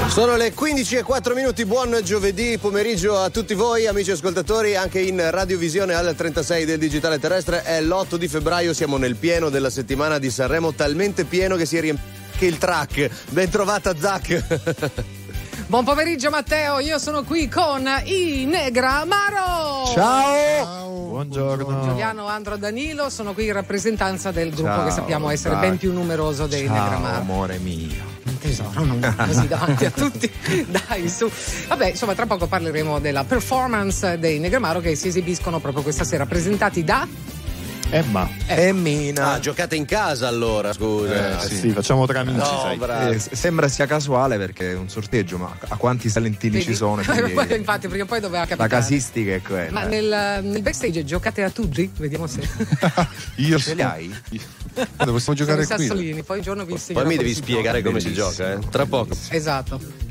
Sono le 15:04, buon giovedì pomeriggio a tutti voi amici ascoltatori, anche in radiovisione al 36 del digitale terrestre. È l'8 di febbraio, siamo nel pieno della settimana di Sanremo, talmente pieno che si è riempito il track. Ben trovata Zac. Buon pomeriggio Matteo, io sono qui con i Negramaro. Ciao. Buongiorno. Giuliano, Andro, Danilo, sono qui in rappresentanza del gruppo che sappiamo essere ben più numeroso dei Negramaro. Amore mio. Tesoro, non così davanti a tutti. Dai, su. Vabbè, insomma, tra poco parleremo della performance dei Negramaro che si esibiscono proprio questa sera, presentati da Emma e Mina. Ah, giocate in casa allora, scusa. sì, facciamo tra amici, no, sembra sia casuale perché è un sorteggio, ma a quanti salentini ci sono? Infatti, perché poi doveva capitare. La casistica è quella. Ma nel backstage giocate a tutti? Vediamo se io ce li hai? Dove possiamo giocare sono i qui? sassolini, poi un giorno vi insegnerò. Poi mi devi spiegare come si gioca, tra poco. Esatto.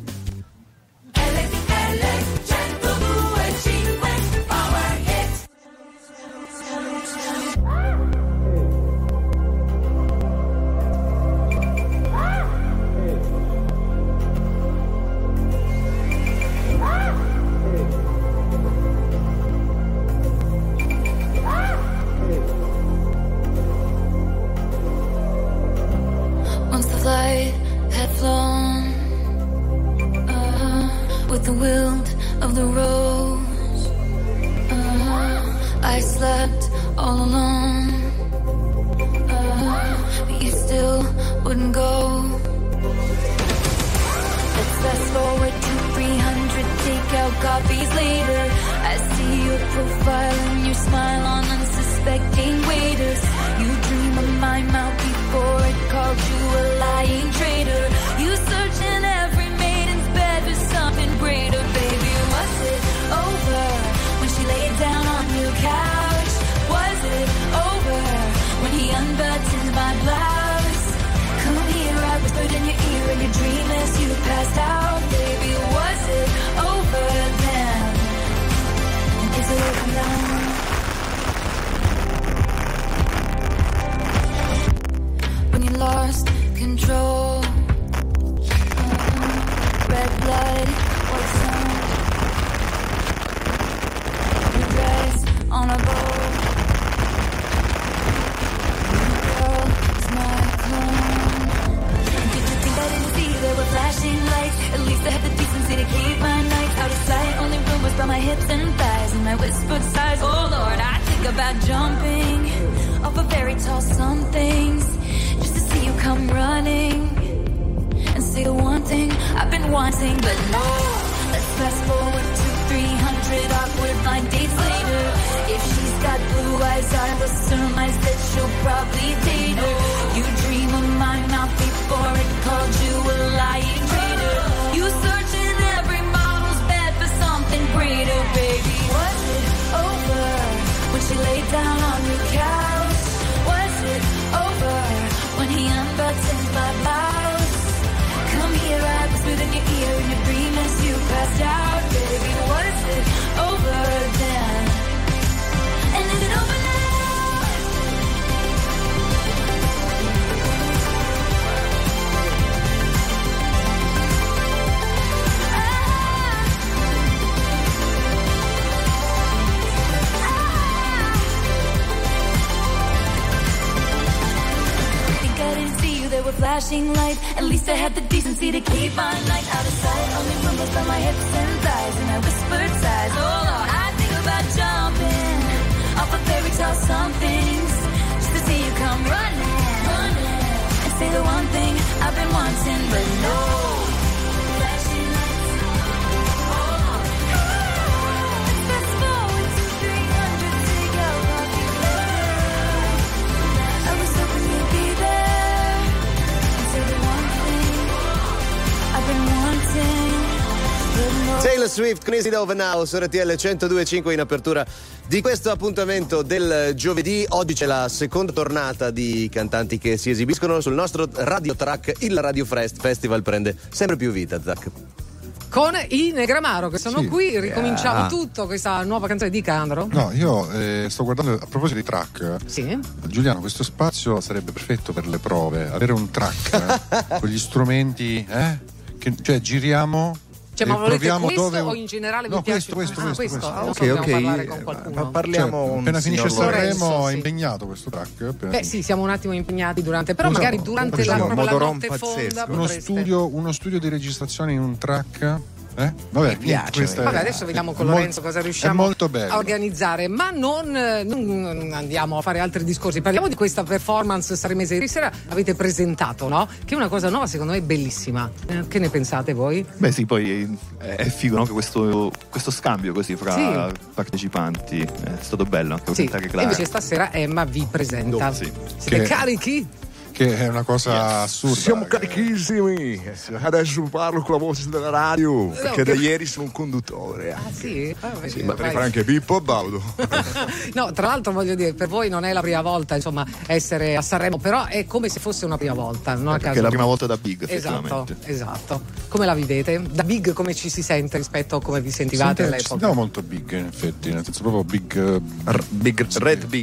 Flashing lights, at least I had the decency to keep my night out of sight. Only rumbles by my hips and thighs, and I whispered sighs. Oh Lord, I think about jumping off a fairy tale somethings, just to see you come running, and say the one thing I've been wanting, but no. Flashing lights, fast forward to 300, take out off your bed. I was hoping you'd be there. Taylor Swift con Easy Over Now su RTL 102.5 in apertura di questo appuntamento del giovedì. Oggi c'è la seconda tornata di cantanti che si esibiscono sul nostro Radio Track. Il Radio Festival prende sempre più vita, Zac. Con i Negramaro che sono qui, ricominciamo tutto, questa nuova canzone di Candro. No, io sto guardando, a proposito di track. Sì. Giuliano, questo spazio sarebbe perfetto per le prove, avere un track con gli strumenti, cioè giriamo. Cioè, ma volete proviamo questo dove... o in generale vi no, piace? questo. Non Ok, so, dobbiamo parlare con qualcuno. Parliamo Cioè, appena finisce signor Sanremo Lorenzo, è sì. impegnato questo track. Beh sì, siamo un attimo impegnati durante, però Scusa, magari durante la, un proprio la motoron notte pazzesco. fonda potreste... uno studio di registrazione in un track. Vabbè, Mi piace. questa è- Vabbè, adesso vediamo con è Lorenzo molto- cosa riusciamo è molto bello. a organizzare, ma non andiamo a fare altri discorsi. Parliamo di questa performance sanremese. Ieri sera avete presentato, no? Che è una cosa nuova, secondo me bellissima. Che ne pensate voi? Beh sì, poi è figo, no? Che questo scambio così fra Sì. partecipanti è stato bello anche Sì, presentare e Clara. invece stasera Emma vi presenta. Sì. Siete Che- carichi? Che è una cosa assurda. Siamo carichissimi. Adesso parlo con la voce della radio. Perché da ieri sono un conduttore. Ah sì? Sì, ma potrei fare anche Pippo e Baudo. No, tra l'altro voglio dire, per voi non è la prima volta, insomma, essere a Sanremo, però è come se fosse una prima volta, non a Perché caso. è la prima volta da Big, Esatto, effettivamente. esatto. Come la vivete? Da Big come ci si sente rispetto a come vi sentivate Ci all'epoca? sentiamo molto big, in effetti, nel senso proprio big. Big, Red Big.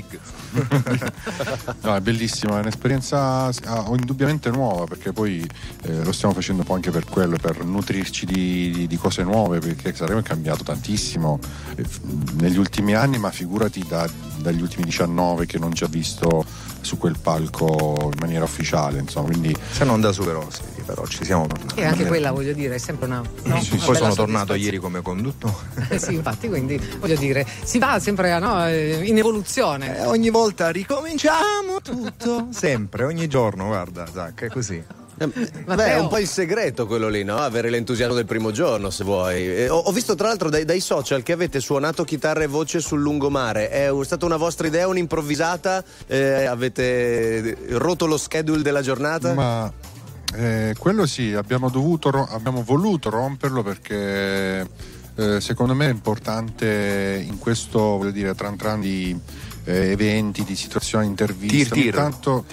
No, è bellissima, è un'esperienza indubbiamente nuova, perché poi lo stiamo facendo un po' anche per quello, per nutrirci di cose nuove, perché Sanremo è cambiato tantissimo negli ultimi anni, ma figurati dagli ultimi 19 che non ci ha visto su quel palco in maniera ufficiale, insomma, quindi Se non da Super sì, però ci siamo tornati. E anche quella, voglio dire, è sempre una. No? Sì, Una Poi bella sono tornato soddisfazione. ieri come conduttore. Sì, infatti, quindi voglio dire, si va sempre in evoluzione. Ogni volta ricominciamo tutto. Sempre, ogni giorno, guarda, Zac, è così. Beh, è un po' il segreto quello lì, no? Avere l'entusiasmo del primo giorno, se vuoi. Ho visto tra l'altro dai social che avete suonato chitarra e voce sul lungomare. È stata una vostra idea, un'improvvisata? Avete rotto lo schedule della giornata? ma quello sì, abbiamo voluto romperlo perché secondo me è importante in questo, voglio dire, tran di eventi, di situazioni, interviste, ogni tanto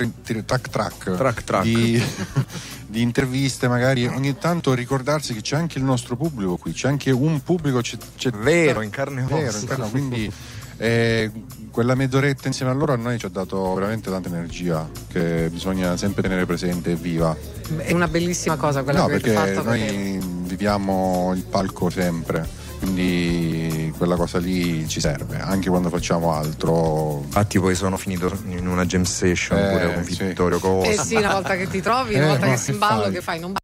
Track. di interviste, magari ogni tanto ricordarsi che c'è anche il nostro pubblico qui, c'è anche un pubblico, c'è Vero, in carne e vero, ossa. in carne, quindi quella mezz'oretta insieme a loro a noi ci ha dato veramente tanta energia che bisogna sempre tenere presente e viva. È una bellissima cosa quella No, che avete perché fatto. noi viviamo il palco sempre, quindi quella cosa lì ci serve anche quando facciamo altro. Infatti poi sono finito in una jam session pure con sì. Vittorio Costa. Sì, una volta che ti trovi, una volta ma che si che imballo, fai? che fai? Non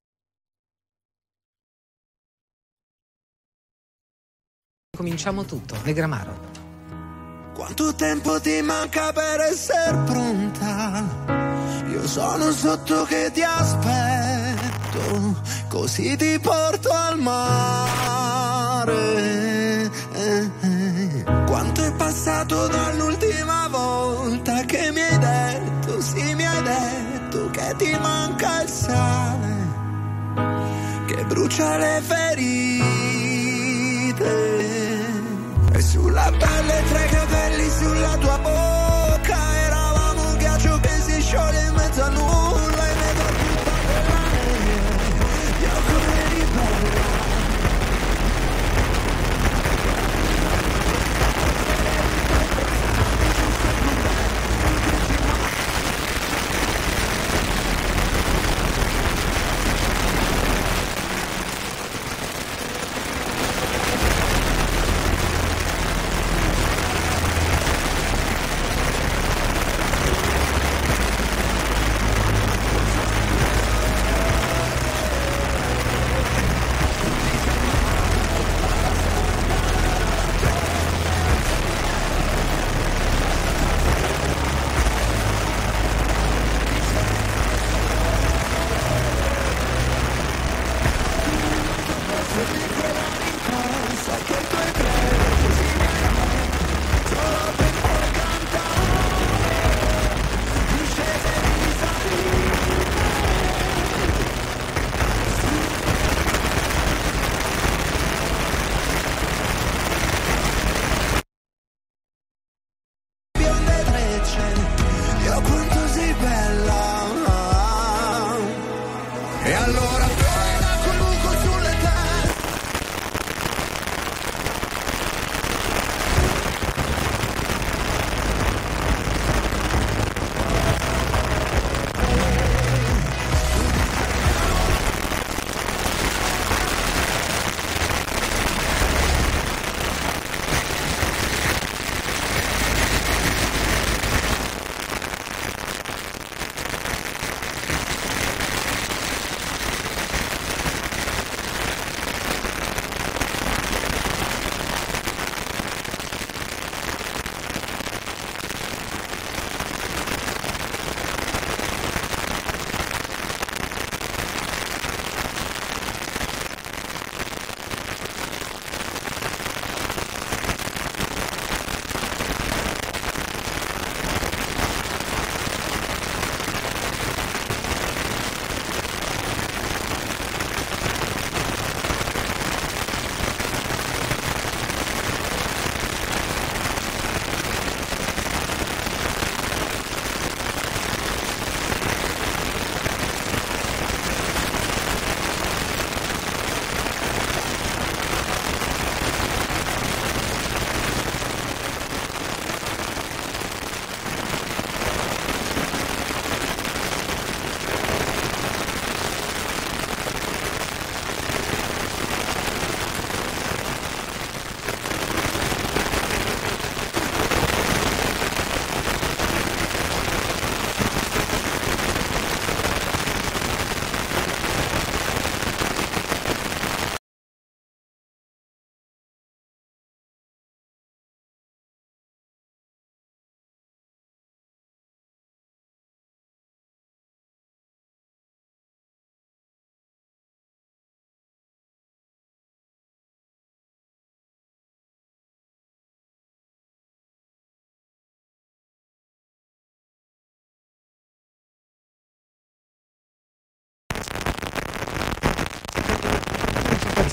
cominciamo tutto, Negramaro. Quanto tempo ti manca per essere pronta? Io sono sotto che ti aspetto, così ti porto al mare. Quanto è passato dall'ultima volta che mi hai detto, sì mi hai detto che ti manca il sale, che brucia le ferite. E sulla pelle tra i capelli, sulla tua bocca, eravamo un ghiaccio che si scioglie in mezzo a nulla, e vedo tutta quella neve, io come ribella.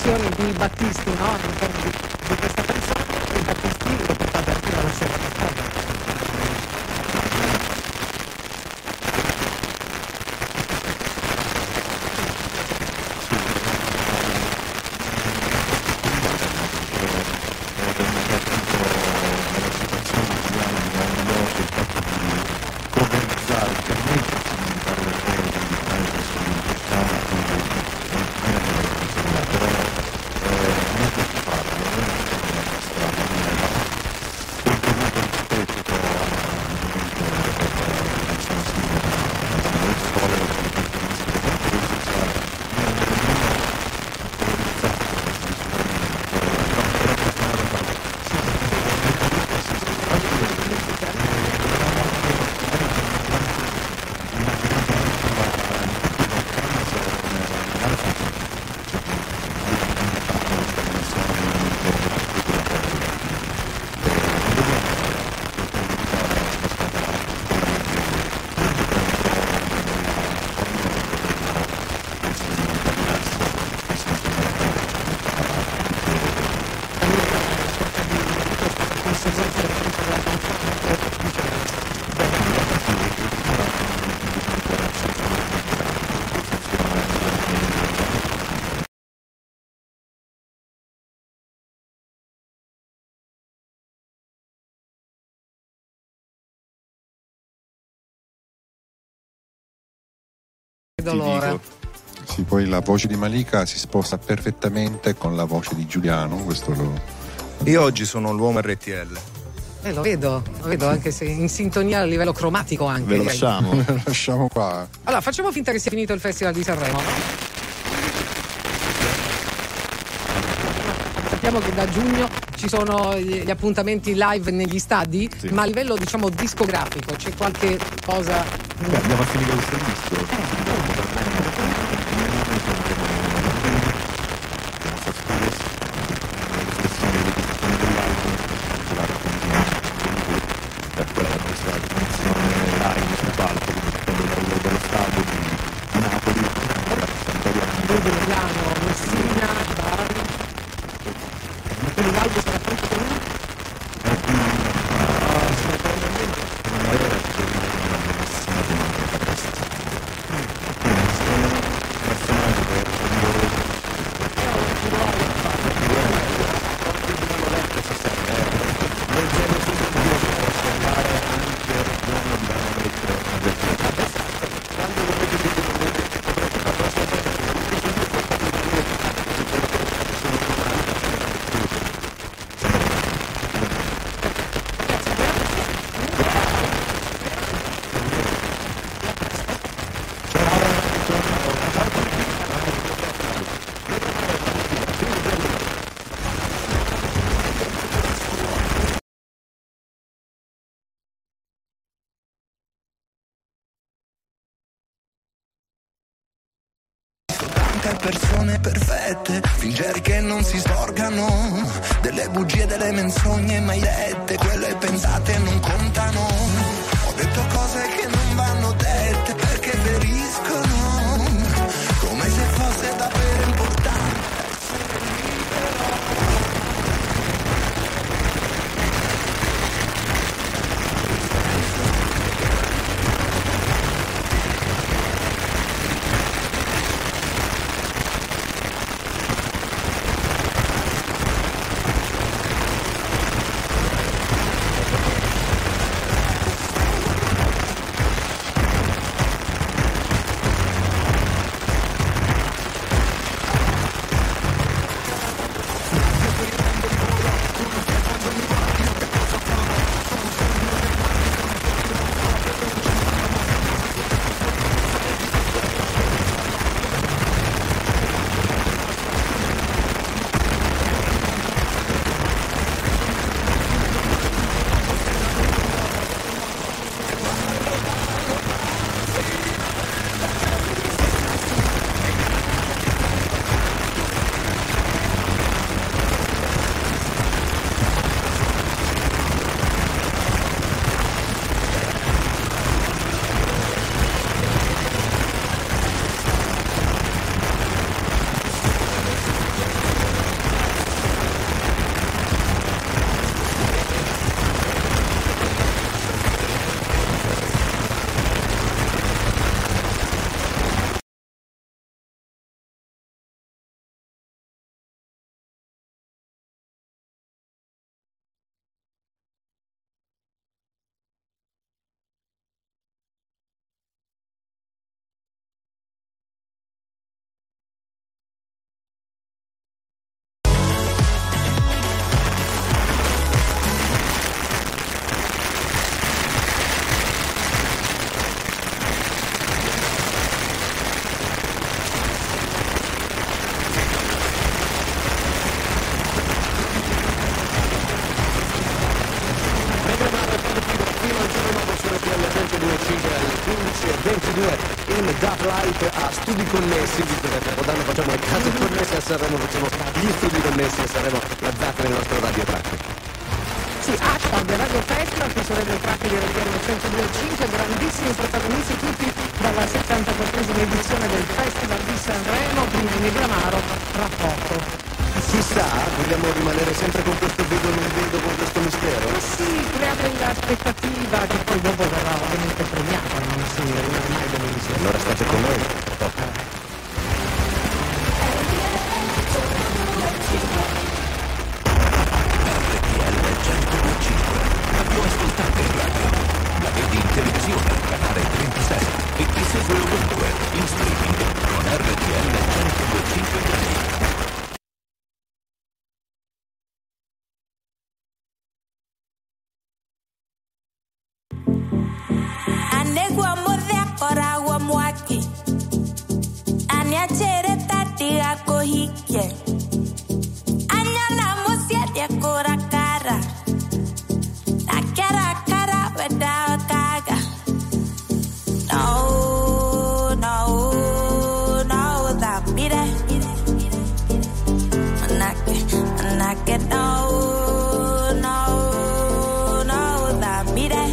versioni di Battisti, no? All'interno di questa canzone, e Battisti lo portate anche dalla sua storia. Dolore. Sì, poi la voce di Malika si sposa perfettamente con la voce di Giuliano, questo Io oggi sono l'uomo RTL. Lo vedo anche se in sintonia a livello cromatico anche. Ve lo lasciamo. lo lasciamo qua. Allora, facciamo finta che sia finito il Festival di Sanremo. Sappiamo che da giugno ci sono gli appuntamenti live negli stadi, sì. Ma a livello diciamo discografico c'è qualche cosa. Andiamo a finire questo disco. Persone perfette, fingere che non si sporcano, delle bugie, delle menzogne mai dette, quelle pensate non contano. Ho detto cose che non vanno dette perché feriscono, come se fosse davvero importante essere libero. 22 in Dark Light a studi connessi, visto che a Capodanno facciamo le case connesse, a Sanremo facciamo gli studi connessi a Sanremo, la Zac nel nostro Radio Track. Sì, hashtag Radio Festival, che sarebbe il track di RTL 102.5, grandissimi protagonisti tutti dalla 74esima edizione del Festival di Sanremo, quindi Negramaro tra poco. Chissà, vogliamo rimanere sempre con questo vedo non vedo, con questo mistero? Ma sì, create l'aspettativa che poi dopo verrà ovviamente premiata, non si rimane mai benissimo. Allora state con noi. La più ascoltata in radio. La vedi in televisione, canale 36 e ti segue ovunque, in streaming con RTL 102.5. Anegwa modhe kora wa mwaki Anya chere tati ako hike Anya na mosia dia kora kara Akara kara weda kaga No, no, no da mire Anake no, no, no da mire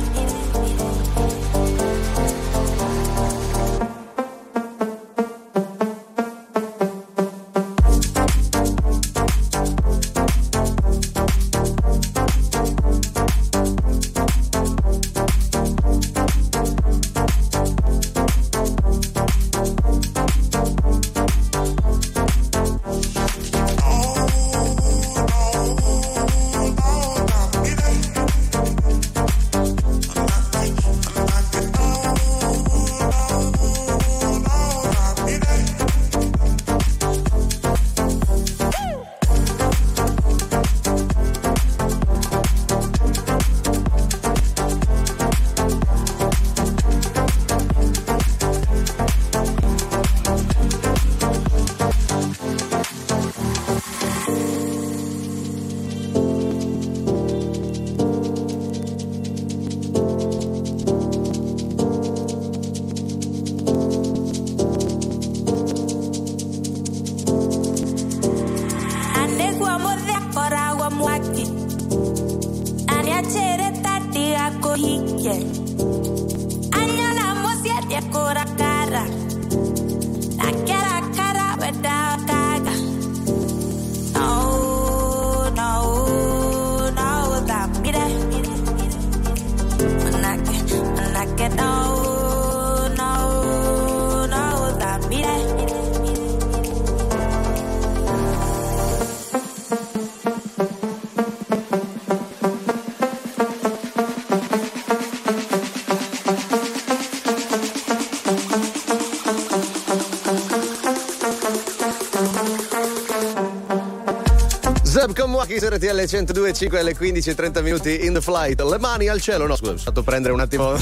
Con Mwaki su RTL 102.5 alle 15:30 in the flight. Le mani al cielo. No, scusa, sono stato a prendere un attimo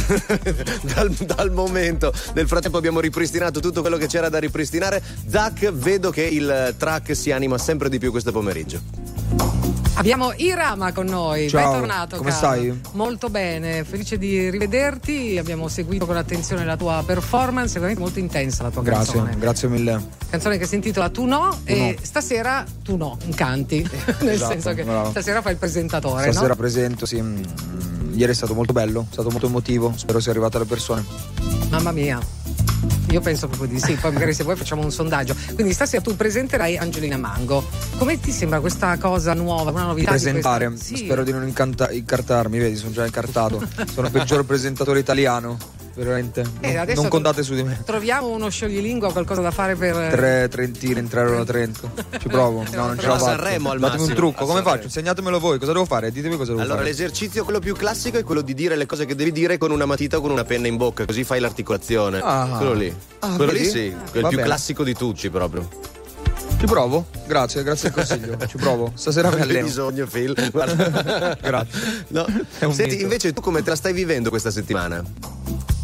dal momento. Nel frattempo abbiamo ripristinato tutto quello che c'era da ripristinare. Zac, vedo che il track si anima sempre di più questo pomeriggio. Abbiamo Irama con noi. Ciao, bentornato. Come caro. stai? Molto bene, felice di rivederti. Abbiamo seguito con attenzione la tua performance, è veramente molto intensa la tua canzone. Grazie mille. Canzone che si intitola Tu no, e stasera tu no, canti. Nel senso che stasera fai il presentatore. Stasera no? presento, sì. Ieri è stato molto bello, è stato molto emotivo. Spero sia arrivato alle persone. Mamma mia. Io penso proprio di sì, poi magari se vuoi facciamo un sondaggio. Quindi stasera tu presenterai Angelina Mango. Come ti sembra questa cosa nuova, una novità? Presentare, sì. Spero di non incartarmi, vedi, sono già incartato. Sono il peggior presentatore italiano. Veramente. Non contate su di me. Troviamo uno scioglilingua, qualcosa da fare per. 3 trentine, entrare a Trento. Ci provo. No, non ce la faccio. Sanremo al massimo. Datemi un trucco, come faccio? Insegnatemelo voi, cosa devo fare? Ditemi cosa devo fare. Allora, l'esercizio, quello più classico, è quello di dire le cose che devi dire con una matita o con una penna in bocca, così fai l'articolazione. Quello lì. Quello lì sì, quel più classico di tutti proprio. Ci provo, grazie al consiglio. Ci provo. Stasera mi alleno. Hai bisogno, Phil. Grazie. No. Senti, invece tu come te la stai vivendo questa settimana?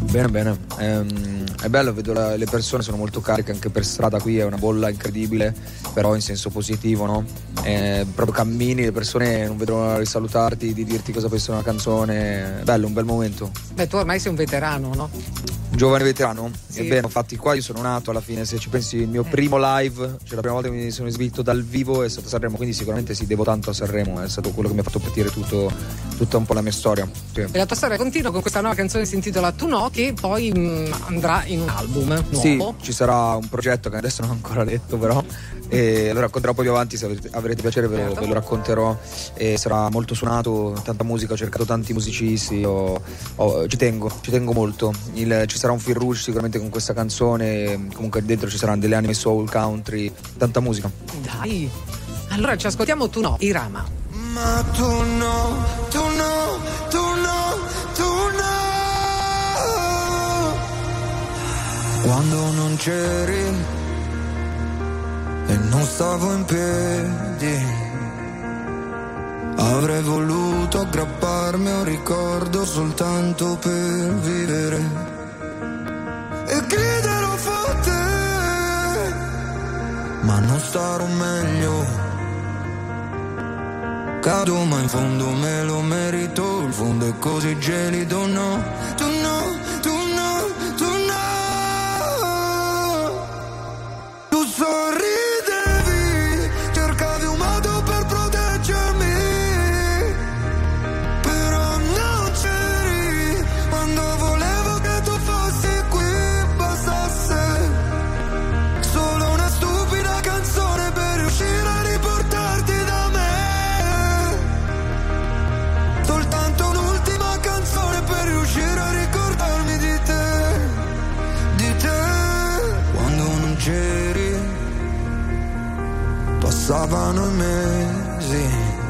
Bene. È bello, vedo le persone sono molto cariche anche per strada, qui è una bolla incredibile, però in senso positivo, no? Proprio cammini, le persone non vedono l'ora di salutarti, di dirti cosa pensi di una canzone. Bello, un bel momento. Beh, tu ormai sei un veterano, no? Un giovane veterano? Sì. Ebbene, infatti qua io sono nato alla fine, se ci pensi il mio primo live, cioè la prima volta che mi sono esibito dal vivo è stato a Sanremo, quindi sicuramente sì, devo tanto a Sanremo, è stato quello che mi ha fatto partire tutta un po' la mia storia. Sì. E la tua storia continua con questa nuova canzone che si intitola Tu no, che poi andrà in un album nuovo. Sì, ci sarà un progetto che adesso non ho ancora detto, però e lo racconterò poi più avanti, se avrete piacere ve lo racconterò, e sarà molto suonato, tanta musica, ho cercato tanti musicisti, ci tengo molto. Ci sarà un fil rouge sicuramente con questa canzone, comunque dentro ci saranno delle anime soul, country, tanta musica. Dai, allora ci ascoltiamo Tu no, Irama. Ma tu no, tu no, tu no, tu no. Quando non c'eri e non stavo in piedi, avrei voluto aggrapparmi a un ricordo soltanto per vivere e griderò forte, ma non starò meglio. Cado ma in fondo me lo merito, il fondo è così gelido, no, tu no, tu no, tu no. Tu sorridevi, cercavi un modo per proteggermi, però non c'eri, quando volevo che tu fossi qui, bastasse solo una stupida canzone per riuscire a riportarti da me. Soltanto un'ultima canzone per riuscire a ricordarmi di te, di te. Quando non c'eri, passavano i mesi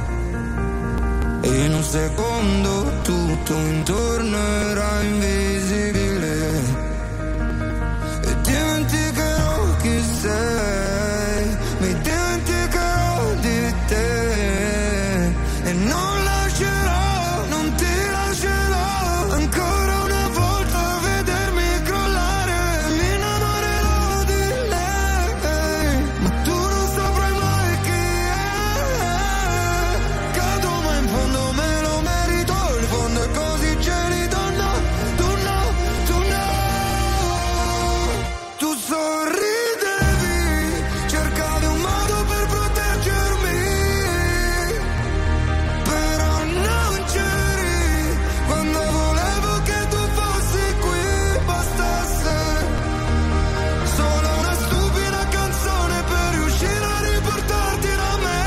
e in un secondo tutto intorno era invisibile e dimenticherò chi sei, mi dimenticherò di te e non lascerò, non ti lascerò ancora una volta vedermi crollare, mi innamorerò di lei, ma tu non saprai mai chi è. Cado ma in fondo me lo merito, il fondo è così gelido, no, tu no, tu no. Tu sorridevi, cercavi un modo per proteggermi, però non c'eri, quando volevo che tu fossi qui, bastasse solo una stupida canzone per riuscire a riportarti da me,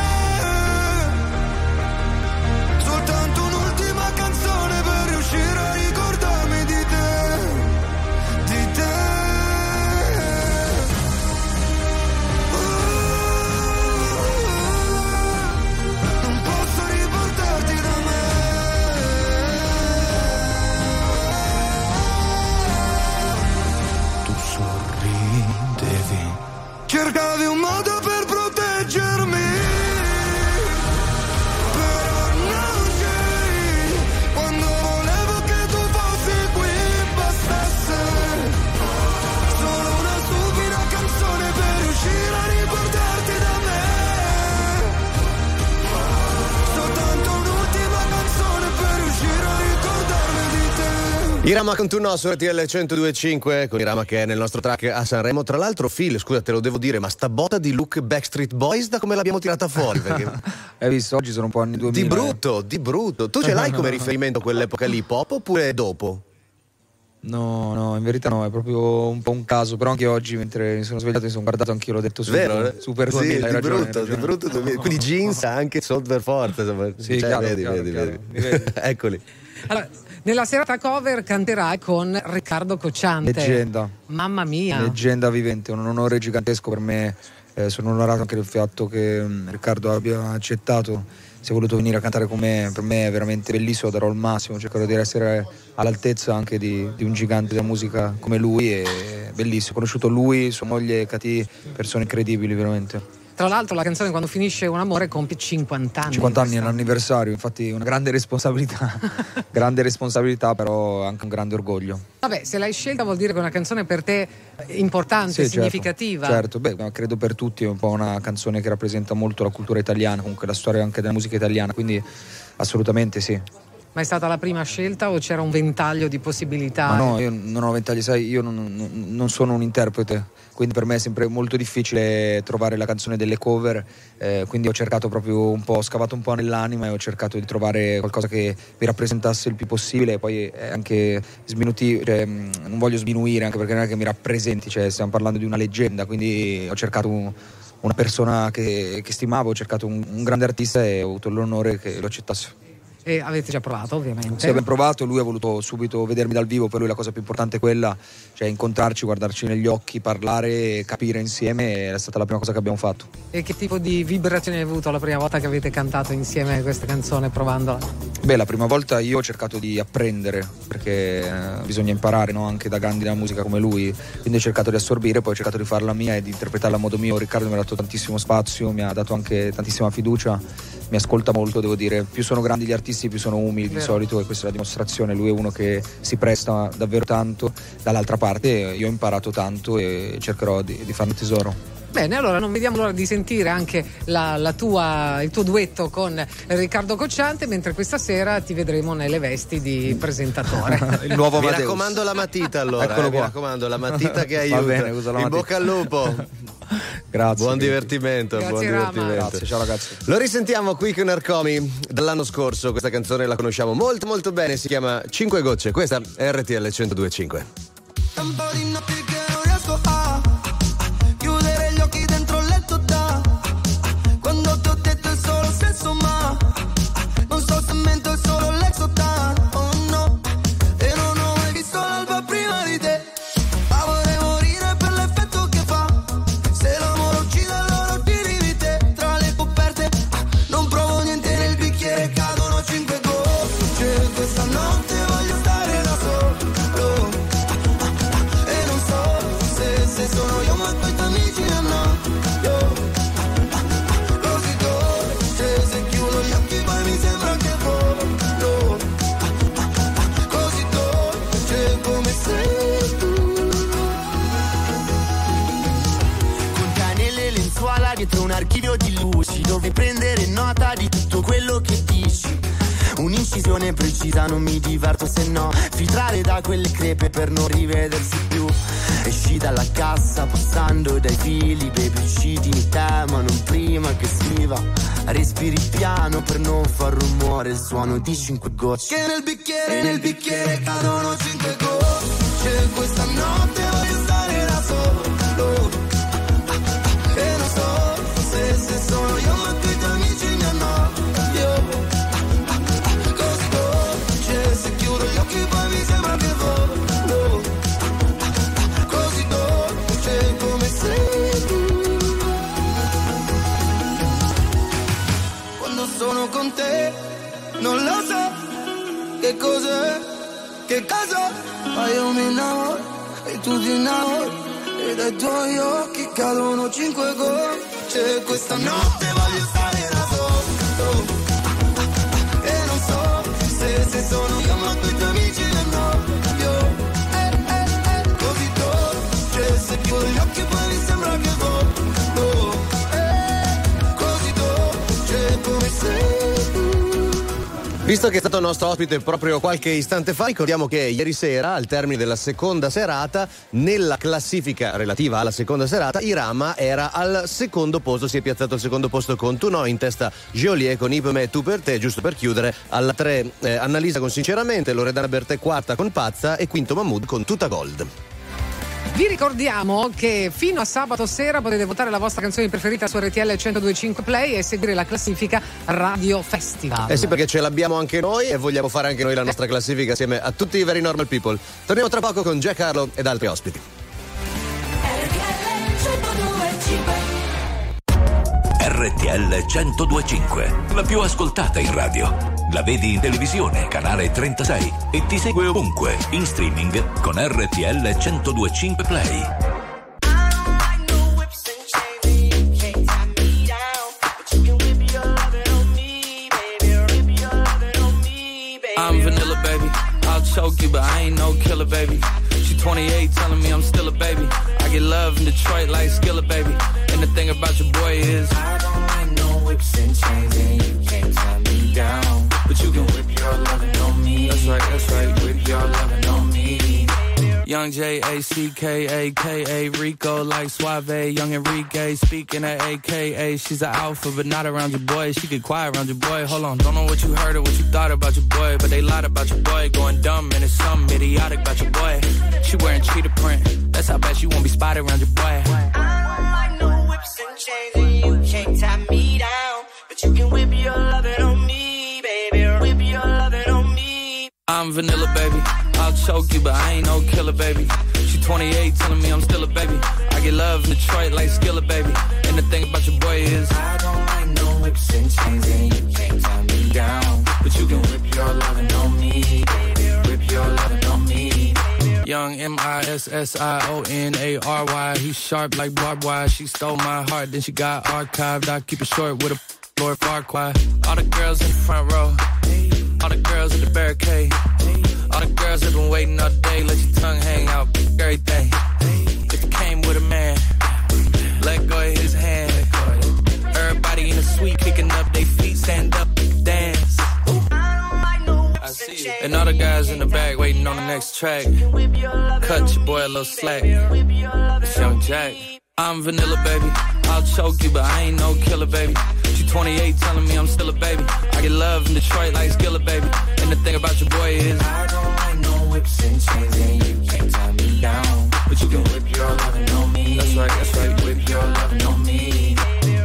soltanto un'ultima canzone per riuscire a ricordarmi di te, di te. Non posso riportarti da me. Tu sorridevi, cercavi un modo per proteggermi, però non c'eri, quando volevo che tu fossi qui, bastasse solo una stupida canzone per riuscire a riportarti da me, soltanto un'ultima canzone per riuscire a ricordarmi di te. Irama con Tu no su RTL 102.5, con Irama che è nel nostro track a Sanremo. Tra l'altro, Phil, scusa, te lo devo dire, ma sta botta di look Backstreet Boys da come l'abbiamo tirata fuori? Perché Hai visto? Oggi sono un po' anni 2000. di brutto. Tu ce l'hai come riferimento quell'epoca lì, pop oppure dopo? No, in verità no, è proprio un po' un caso, però anche oggi mentre mi sono svegliato mi sono guardato anch'io, l'ho detto Vero? super Sì, 2000, hai di ragione, brutto, hai ragione. di brutto 2000. Quindi jeans anche sotto per forza, insomma. Sì, Cioè, chiaro, vedi. mi vedi. Eccoli. Allora, nella serata cover canterai con Riccardo Cocciante. Leggenda. Mamma mia. Leggenda vivente, un onore gigantesco per me. Sono onorato anche del fatto che Riccardo abbia accettato, si è voluto venire a cantare con me. Per me è veramente bellissimo, darò il massimo, cercherò di essere all'altezza anche di un gigante della musica come lui. È bellissimo, ho conosciuto lui, sua moglie Cati, persone incredibili veramente. Tra l'altro la canzone Quando finisce un amore compie 50 anni. 50 anni è l'anniversario, infatti una grande responsabilità. Grande responsabilità, però anche un grande orgoglio. Vabbè, se l'hai scelta vuol dire che è una canzone per te importante, Sì, significativa. Certo, beh, credo per tutti è un po' una canzone che rappresenta molto la cultura italiana, comunque la storia anche della musica italiana, quindi assolutamente sì. Ma è stata la prima scelta o c'era un ventaglio di possibilità? Ma no, io non ho ventagli, sai, io non sono un interprete, quindi per me è sempre molto difficile trovare la canzone delle cover, quindi ho cercato proprio ho scavato un po' nell'anima e ho cercato di trovare qualcosa che mi rappresentasse il più possibile, e poi anche non voglio sminuire, anche perché non è che mi rappresenti, cioè stiamo parlando di una leggenda, quindi ho cercato una persona che stimavo, ho cercato un grande artista e ho avuto l'onore che lo accettasse. E avete già provato, ovviamente. Sì, abbiamo provato, lui ha voluto subito vedermi dal vivo, per lui la cosa più importante è quella, cioè incontrarci, guardarci negli occhi, parlare, capire insieme, è stata la prima cosa che abbiamo fatto. E che tipo di vibrazioni hai avuto la prima volta che avete cantato insieme questa canzone, provandola? Beh, la prima volta io ho cercato di apprendere, perché bisogna imparare, no? Anche da grandi della musica come lui, quindi ho cercato di assorbire, poi ho cercato di farla mia e di interpretarla a modo mio. Riccardo mi ha dato tantissimo spazio, mi ha dato anche tantissima fiducia, mi ascolta molto, devo dire. Più sono grandi gli artisti, più sono umili di solito, e questa è la dimostrazione. Lui è uno che si presta davvero tanto, dall'altra parte io ho imparato tanto e cercherò di farne tesoro. Bene, allora non vediamo l'ora di sentire anche il tuo duetto con Riccardo Cocciante, mentre questa sera ti vedremo nelle vesti di presentatore. Il nuovo Mi Amadeus. raccomando la matita, allora. Eccolo Mi qua. raccomando la matita che aiuta. Va bene, uso la In matita. bocca al lupo. Grazie. Buon divertimento. Grazie, buon Rama. divertimento. Grazie, ciao ragazzi. Lo risentiamo qui con Arcomi dall'anno scorso. Questa canzone la conosciamo molto molto bene. Si chiama 5 gocce. Questa è RTL 102.5. Un po' di notti che non riesco a chiudere gli occhi dentro il letto quando ti ho detto è solo sesso, ma non so se mento, è solo l'exotan. Oh no, e non ho mai visto l'alba prima di te, ma vorrei morire per l'effetto che fa. Se l'amore uccide allora uccidi te. Tra le coperte non provo niente, nel bicchiere cadono 5 gocce. Questa notte voglio stare da solo, e non so se sono io ma quei tuoi amici no. Così dolce, se chiudo gli occhi poi mi sembra che volo. Così dolce come sei tu. Con canelle e lenzuola dietro un archivio di luci, dove prendere nota di tutto quello che dici. Un'incisione precisa, non mi diverto se no. Filtrare da quelle crepe per non rivedersi più. Esci dalla cassa passando dai fili, baby usciti in te ma non prima che si va. Respiri piano per non far rumore, il suono di 5 gocce. Che nel bicchiere cadono 5 gocce. Questa notte voglio stare da solo, e non so se sono io ma tu i tuoi amici mi annoio. Così dolce, se chiudo gli occhi poi mi sembra che volo. Così dolce come sei tu. Quando sono con te non lo so che cos'è, che cosa. Ma io mi innamoro e tu ti innamori, e dai tuoi occhi cadono 5 gocce. Questa notte voglio stare da solo, e non so se sono io ma tu i tuoi amici no. Così dolce, se chiudo gli occhi poi mi sembra che volo. Così dolce come sei tu. Visto che è stato nostro ospite proprio qualche istante fa, ricordiamo che ieri sera, al termine della seconda serata, nella classifica relativa alla seconda serata, Irama era al secondo posto, si è piazzato al secondo posto con Tu No, in testa Geolier con I per me, Tu per te, giusto per chiudere, alla 3 Annalisa con Sinceramente, Loredana Bertè quarta con Pazza e quinto Mahmood con Tutta Gold. Vi ricordiamo che fino a sabato sera potete votare la vostra canzone preferita su RTL 102.5 Play e seguire la classifica Radio Festival. Eh sì, perché ce l'abbiamo anche noi e vogliamo fare anche noi la nostra classifica assieme a tutti i Very Normal People. Torniamo tra poco con Jack Harlow ed altri ospiti. RTL 102.5, la più ascoltata in radio. La vedi in televisione, canale 36, e ti segue ovunque, in streaming con RTL 102.5 Play. choke you, but I ain't no killer, baby. She 28, telling me I'm still a baby. I get love in Detroit like Skillet, baby. And the thing about your boy is I don't like no whips and chains, and you can't tie me down. But you can whip your lovin' on me. That's right, whip your lovin' on me. Young J-A-C-K-A-K-A, Rico like Suave, Young Enrique, speaking at AKA. She's an alpha, but not around your boy. She get quiet around your boy. Hold on, don't know what you heard or what you thought about your boy, but they lied about your boy. Going dumb and it's something idiotic about your boy. She wearing cheetah print, that's how bad she won't be spotted around your boy. I don't like no whips and chains, and you can't tie me down. But you can whip your lovin' on me, baby. Whip your lovin' on me. I'm vanilla, baby. I'll choke you, but I ain't no killer, baby. She 28, telling me I'm still a baby. I get love in Detroit like Skillet, baby. And the thing about your boy is I don't like no whips and chains, and you can't tie me down. But you can whip your lovin' on me, baby. Whip your lovin' on me. Young MISSIONARY. He's sharp like barbed wire. She stole my heart, then she got archived. I keep it short with a Lord Farquaad. All the girls in the front row, all the girls in the barricade, all the girls have been waiting all day. Let your tongue hang out, everything. If you came with a man, let go of his hand. Everybody in the suite kicking up their feet, stand up, dance. I see you. And all the guys in the back waiting on the next track. Cut your boy a little slack. It's Young Jack. I'm vanilla, baby. I'll choke you, but I ain't no killer, baby. She 28, telling me I'm still a baby. I get love in Detroit like Skillet, baby. And the thing about your boy is I don't like no whips and chains, and you can't tie me down. But you can whip your lovin' on me. That's right, whip your lovin' on me.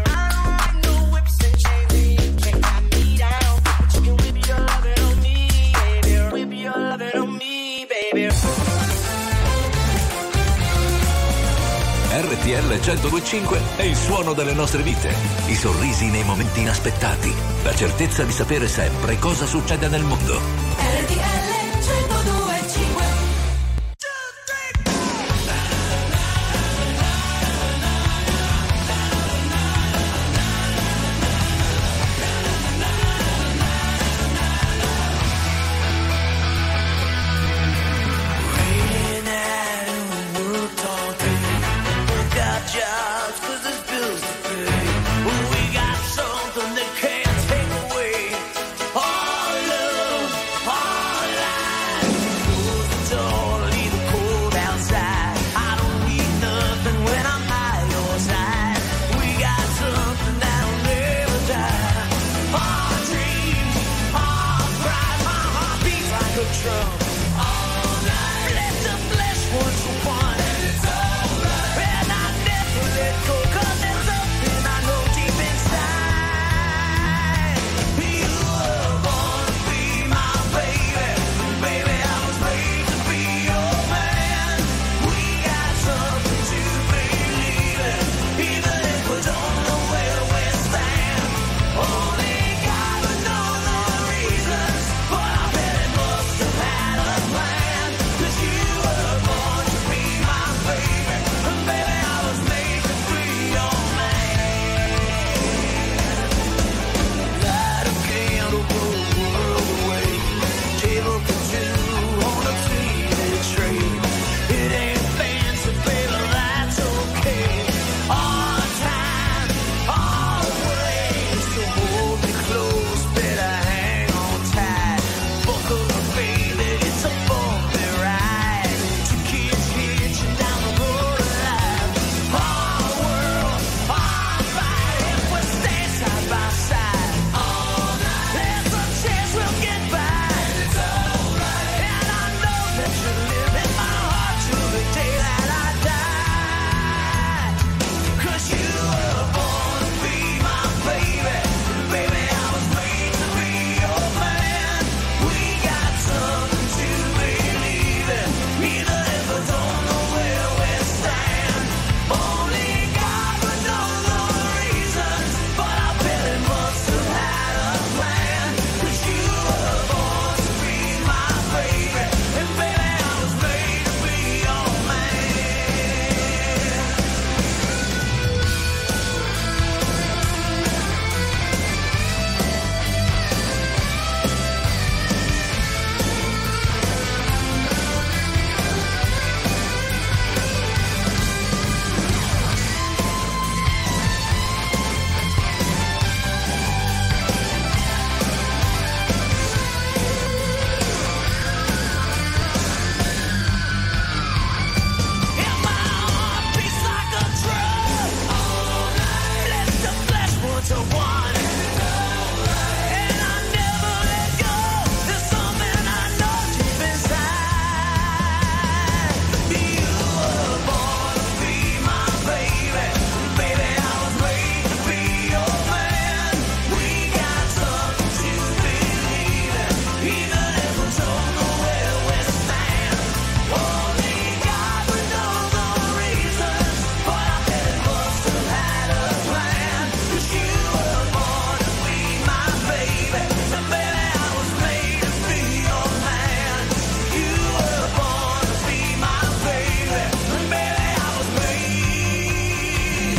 RTL 102.5 è il suono delle nostre vite, i sorrisi nei momenti inaspettati, la certezza di sapere sempre cosa succede nel mondo. RTL 102.5. Jobs, 'cause there's bills to pay. We got something that can't take away our love, our life.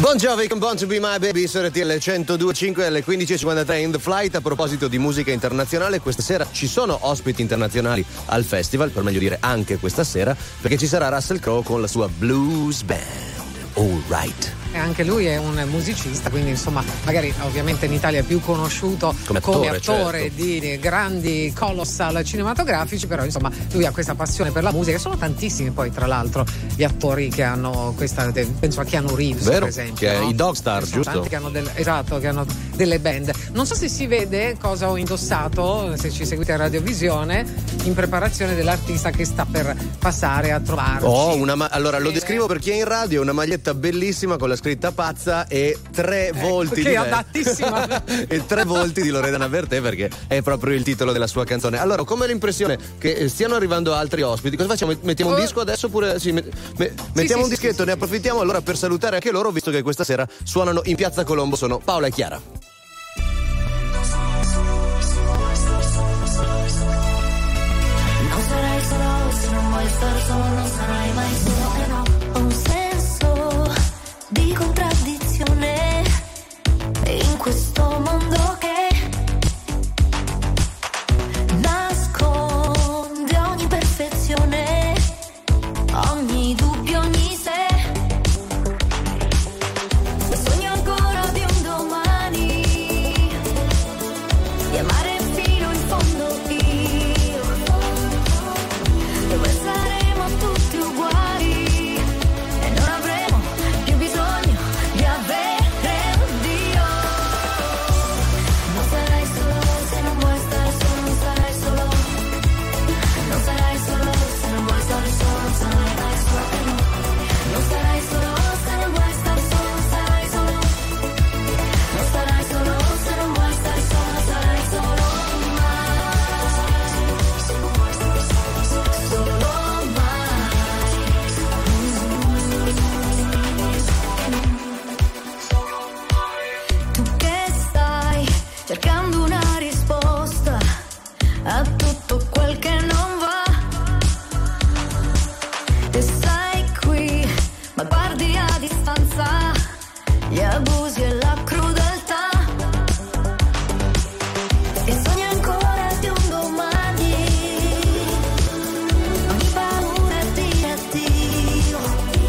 Bon Jovi con Born to Be My Baby su RTL 102.5 alle 15.53 in The Flight. A proposito di musica internazionale, questa sera ci sono ospiti internazionali al festival, per meglio dire anche questa sera, perché ci sarà Russell Crowe con la sua blues band. All right. E anche lui è un musicista, quindi insomma magari ovviamente in Italia è più conosciuto come attore certo, di grandi colossal cinematografici, però insomma lui ha questa passione per la musica. Sono tantissimi poi tra l'altro gli attori che hanno questa, penso a Keanu Reeves, vero, per esempio, che no? I Dogstar, giusto? Tanti che hanno che hanno delle band. Non so se si vede cosa ho indossato, se ci seguite a Radiovisione, in preparazione dell'artista che sta per passare a trovarci. Allora lo descrivo per chi è in radio, una maglietta bellissima con la scritta pazza e 3 volti che di è adattissima e 3 volti di Loredana Bertè, perché è proprio il titolo della sua canzone. Allora, come l'impressione che stiano arrivando altri ospiti, cosa facciamo? Mettiamo un disco adesso oppure mettiamo un dischetto, ne approfittiamo allora per salutare anche loro, visto che questa sera suonano in Piazza Colombo. Sono Paola e Chiara. Non sarai solo se non vuoi stare solo, non sarai mai solo, no. Ho un senso di contraddizione in questo mondo che nasconde ogni perfezione, ogni dubbio, ogni sé. Sogno ancora di un domani, di amare fino in fondo io, dove saremo tutti uguali e non avremo più bisogno di avere un Dio. Non sarai solo se non vuoi stare solo, non sarai solo. Non sarai solo se non vuoi stare solo, non sarai mai solo. Non sarai solo se non vuoi stare solo, non sarai solo. Non sarai solo se non vuoi stare solo, non sarai solo tu che stai cercando una risposta a tutto quel che non va, e sei qui ma guardi a distanza gli abusi e la crudeltà, e sogni ancora di un domani, ogni paura di addio,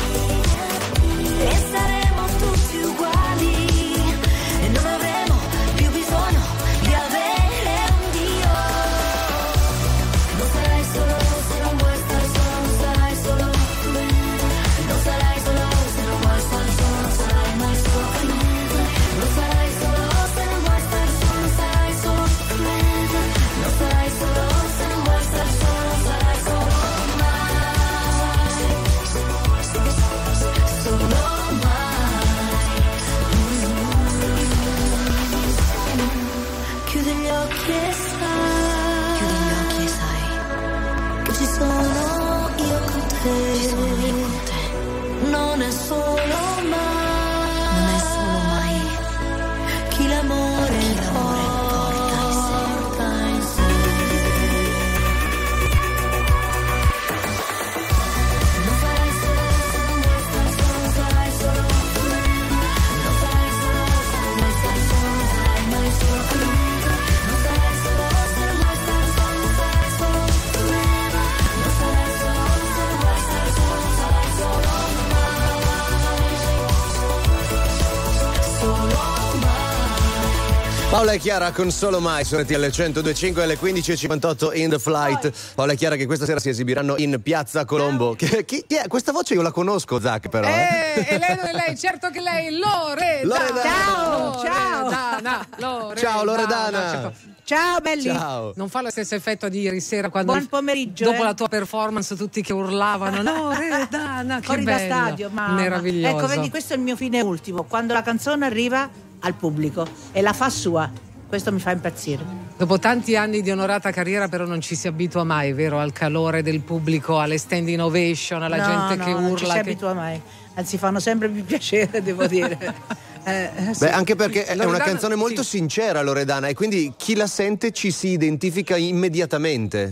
e saremo tutti uguali e non avremo più bisogno di avere un Dio. Non sarai solo se non vuoi stare solo, non sarai solo. Non sarai solo se non vuoi stare solo, non sarai mai solo. Non sarai solo se non vuoi stare solo, non sarai solo. Non sarai solo se non vuoi stare solo, non sarai solo mai. Solo mai. Chiudi gli occhi e sai. Chiudi gli occhi e sai che ci sono io con te. Ci sono io con te. Non è solo mai. Non è solo mai. Chi l'amore porta in sé. Non sarai solo se non vuoi stare solo, non sarai solo. Non sarai solo se non vuoi stare solo, non sarai mai solo. Non sarai solo se non vuoi stare solo, non sarai solo. Non sarai solo se non vuoi stare solo, non sarai solo mai. Solo mai. Paola e Chiara con Solo Mai su RTL 102.5 alle 15.58 in The Flight. Paola e Chiara che questa sera si esibiranno in Piazza Colombo. Chi è? Questa voce io la conosco, Zac, però. E lei, certo che lei, Loredana. Ciao Loredana. Certo. Ciao belli. Ciao. Non fa lo stesso effetto di ieri sera quando Buon pomeriggio. dopo la tua performance tutti che urlavano Loredana, che Fuori da bello. stadio, mamma. Meraviglioso. Ecco, vedi, questo è il mio fine ultimo, quando la canzone arriva al pubblico e la fa sua. Questo mi fa impazzire. Dopo tanti anni di onorata carriera però non ci si abitua mai, vero? Al calore del pubblico, alle standing ovation, alla gente che urla. Non ci si abitua mai, anzi fanno sempre più piacere, devo dire. Sì. Beh, anche perché è una canzone molto sincera, Loredana, e quindi chi la sente ci si identifica immediatamente.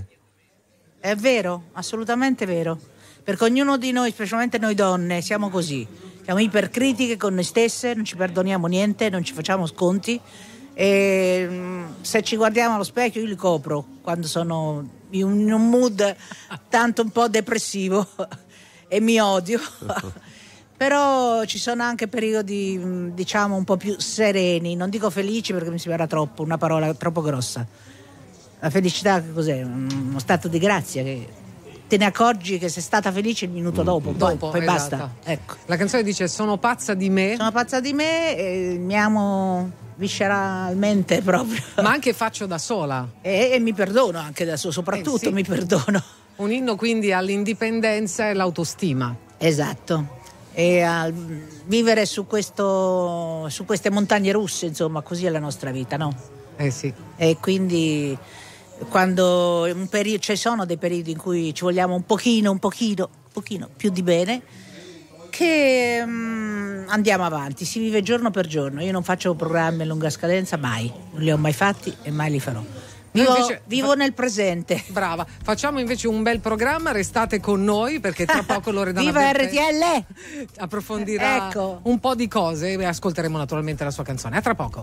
È vero, assolutamente vero. Perché ognuno di noi, specialmente noi donne, siamo così. siamo ipercritiche con noi stesse, non ci perdoniamo niente, non ci facciamo sconti e se ci guardiamo allo specchio io li copro quando sono in un mood tanto un po' depressivo e mi odio. Però ci sono anche periodi, diciamo, un po' più sereni, non dico felici perché mi sembra troppo, una parola troppo grossa. La felicità che cos'è? Uno stato di grazia che te ne accorgi che sei stata felice il minuto dopo, poi esatto. basta. Ecco. La canzone dice sono pazza di me. Sono pazza di me e mi amo visceralmente proprio. Ma anche faccio da sola. E mi perdono anche da solo, soprattutto sì. mi perdono. Un inno quindi all'indipendenza e l'autostima. Esatto. E a vivere su queste montagne russe, insomma, così è la nostra vita, no? Sì. E quindi quando ci sono dei periodi in cui ci vogliamo un pochino più di bene, che andiamo avanti, si vive giorno per giorno. Io non faccio programmi a lunga scadenza, mai, non li ho mai fatti e mai li farò. Vivo nel presente. Brava. Facciamo invece un bel programma, restate con noi perché tra poco Loredana Viva Bertè RTL! approfondirà un po' di cose e ascolteremo naturalmente la sua canzone. A tra poco.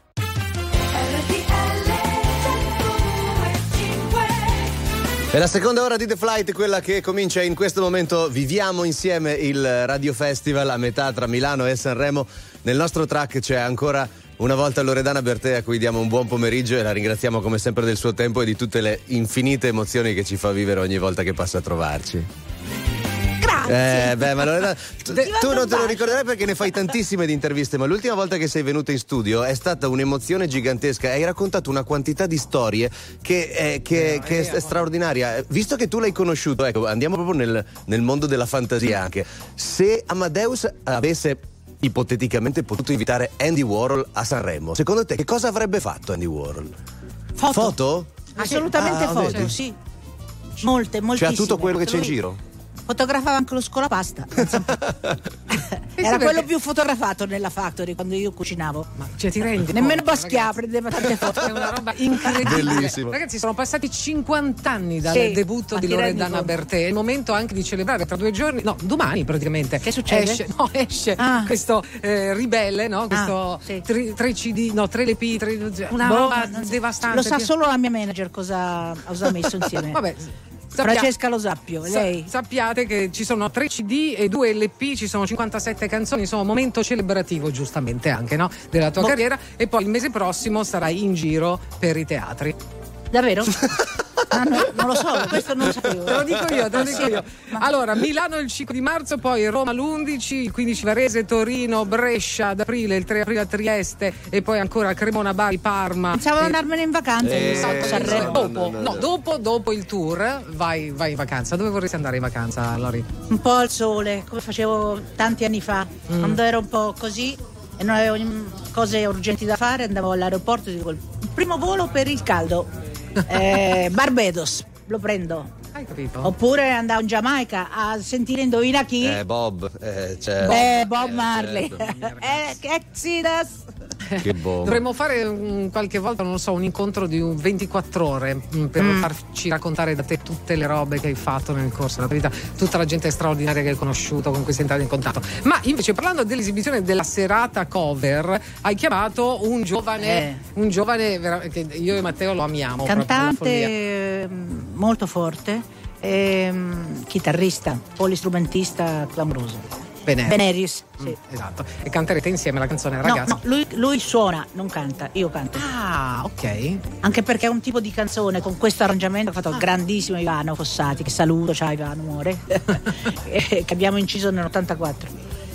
È la seconda ora di The Flight, quella che comincia in questo momento. Viviamo insieme il Radio Festival a metà tra Milano e Sanremo. Nel nostro track c'è ancora una volta Loredana Bertè, a cui diamo un buon pomeriggio e la ringraziamo come sempre del suo tempo e di tutte le infinite emozioni che ci fa vivere ogni volta che passa a trovarci. Grazie. Ma Loredana, tu non te lo ricorderai perché ne fai tantissime di interviste, ma l'ultima volta che sei venuta in studio è stata un'emozione gigantesca. Hai raccontato una quantità di storie che è straordinaria. Visto che tu l'hai conosciuto, ecco, andiamo proprio nel mondo della fantasia anche. Se Amadeus avesse ipoteticamente potuto invitare Andy Warhol a Sanremo, secondo te che cosa avrebbe fatto Andy Warhol? Foto? Assolutamente foto, vedi? sì. Moltissime. Cioè tutto quello che c'è in giro? Fotografava anche lo scolapasta. Era quello più fotografato nella Factory quando io cucinavo. Ma ti rendi nemmeno conto, Basquiat prendeva tante foto. È una roba incredibile. Bellissimo. Ragazzi, sono passati 50 anni dal debutto di Loredana Bertè. È il momento anche di celebrare tra 2 giorni, no, domani praticamente. Che succede? Esce questo Ribelle, no? Questo 3 CD, no, 3 LP, una roba devastante. Lo sa solo la mia manager cosa ha messo insieme. Vabbè. Francesca Lo Sappio, lei. Sappiate che ci sono 3 CD e 2 LP, ci sono 57 canzoni, insomma, momento celebrativo giustamente anche, no? Della tua carriera, e poi il mese prossimo sarai in giro per i teatri. Davvero? Non lo so, questo non lo sapevo. Te lo dico io. Allora, Milano il 5 di marzo, poi Roma l'11, il 15 Varese, Torino, Brescia ad aprile, il 3 aprile a Trieste e poi ancora Cremona, Bari, Parma. Pensavo andarmene in vacanza. Dopo il tour vai in vacanza. Dove vorresti andare in vacanza, Lori? Un po' al sole, come facevo tanti anni fa, quando ero un po' così e non avevo cose urgenti da fare, andavo all'aeroporto e dico il primo volo per il caldo. Barbados, lo prendo. Hai capito? Oppure andavo in Giamaica a sentire indovina chi? Bob. Bob Marley. Exodus. Che bomba. Dovremmo fare qualche volta, non lo so, un incontro di 24 ore per farci raccontare da te tutte le robe che hai fatto nel corso della tua vita, tutta la gente straordinaria che hai conosciuto, con cui sei entrato in contatto. Ma invece, parlando dell'esibizione della serata cover, hai chiamato un giovane che io e Matteo lo amiamo. Cantante molto forte, chitarrista, polistrumentista clamoroso. Venerius, sì. Esatto. E canterete insieme la canzone Ragazzi? No, lui suona, non canta, io canto. Ah, ok. Anche perché è un tipo di canzone con questo arrangiamento che ha fatto grandissimo Ivano Fossati, che saluto, ciao Ivano, amore, che abbiamo inciso nell'84.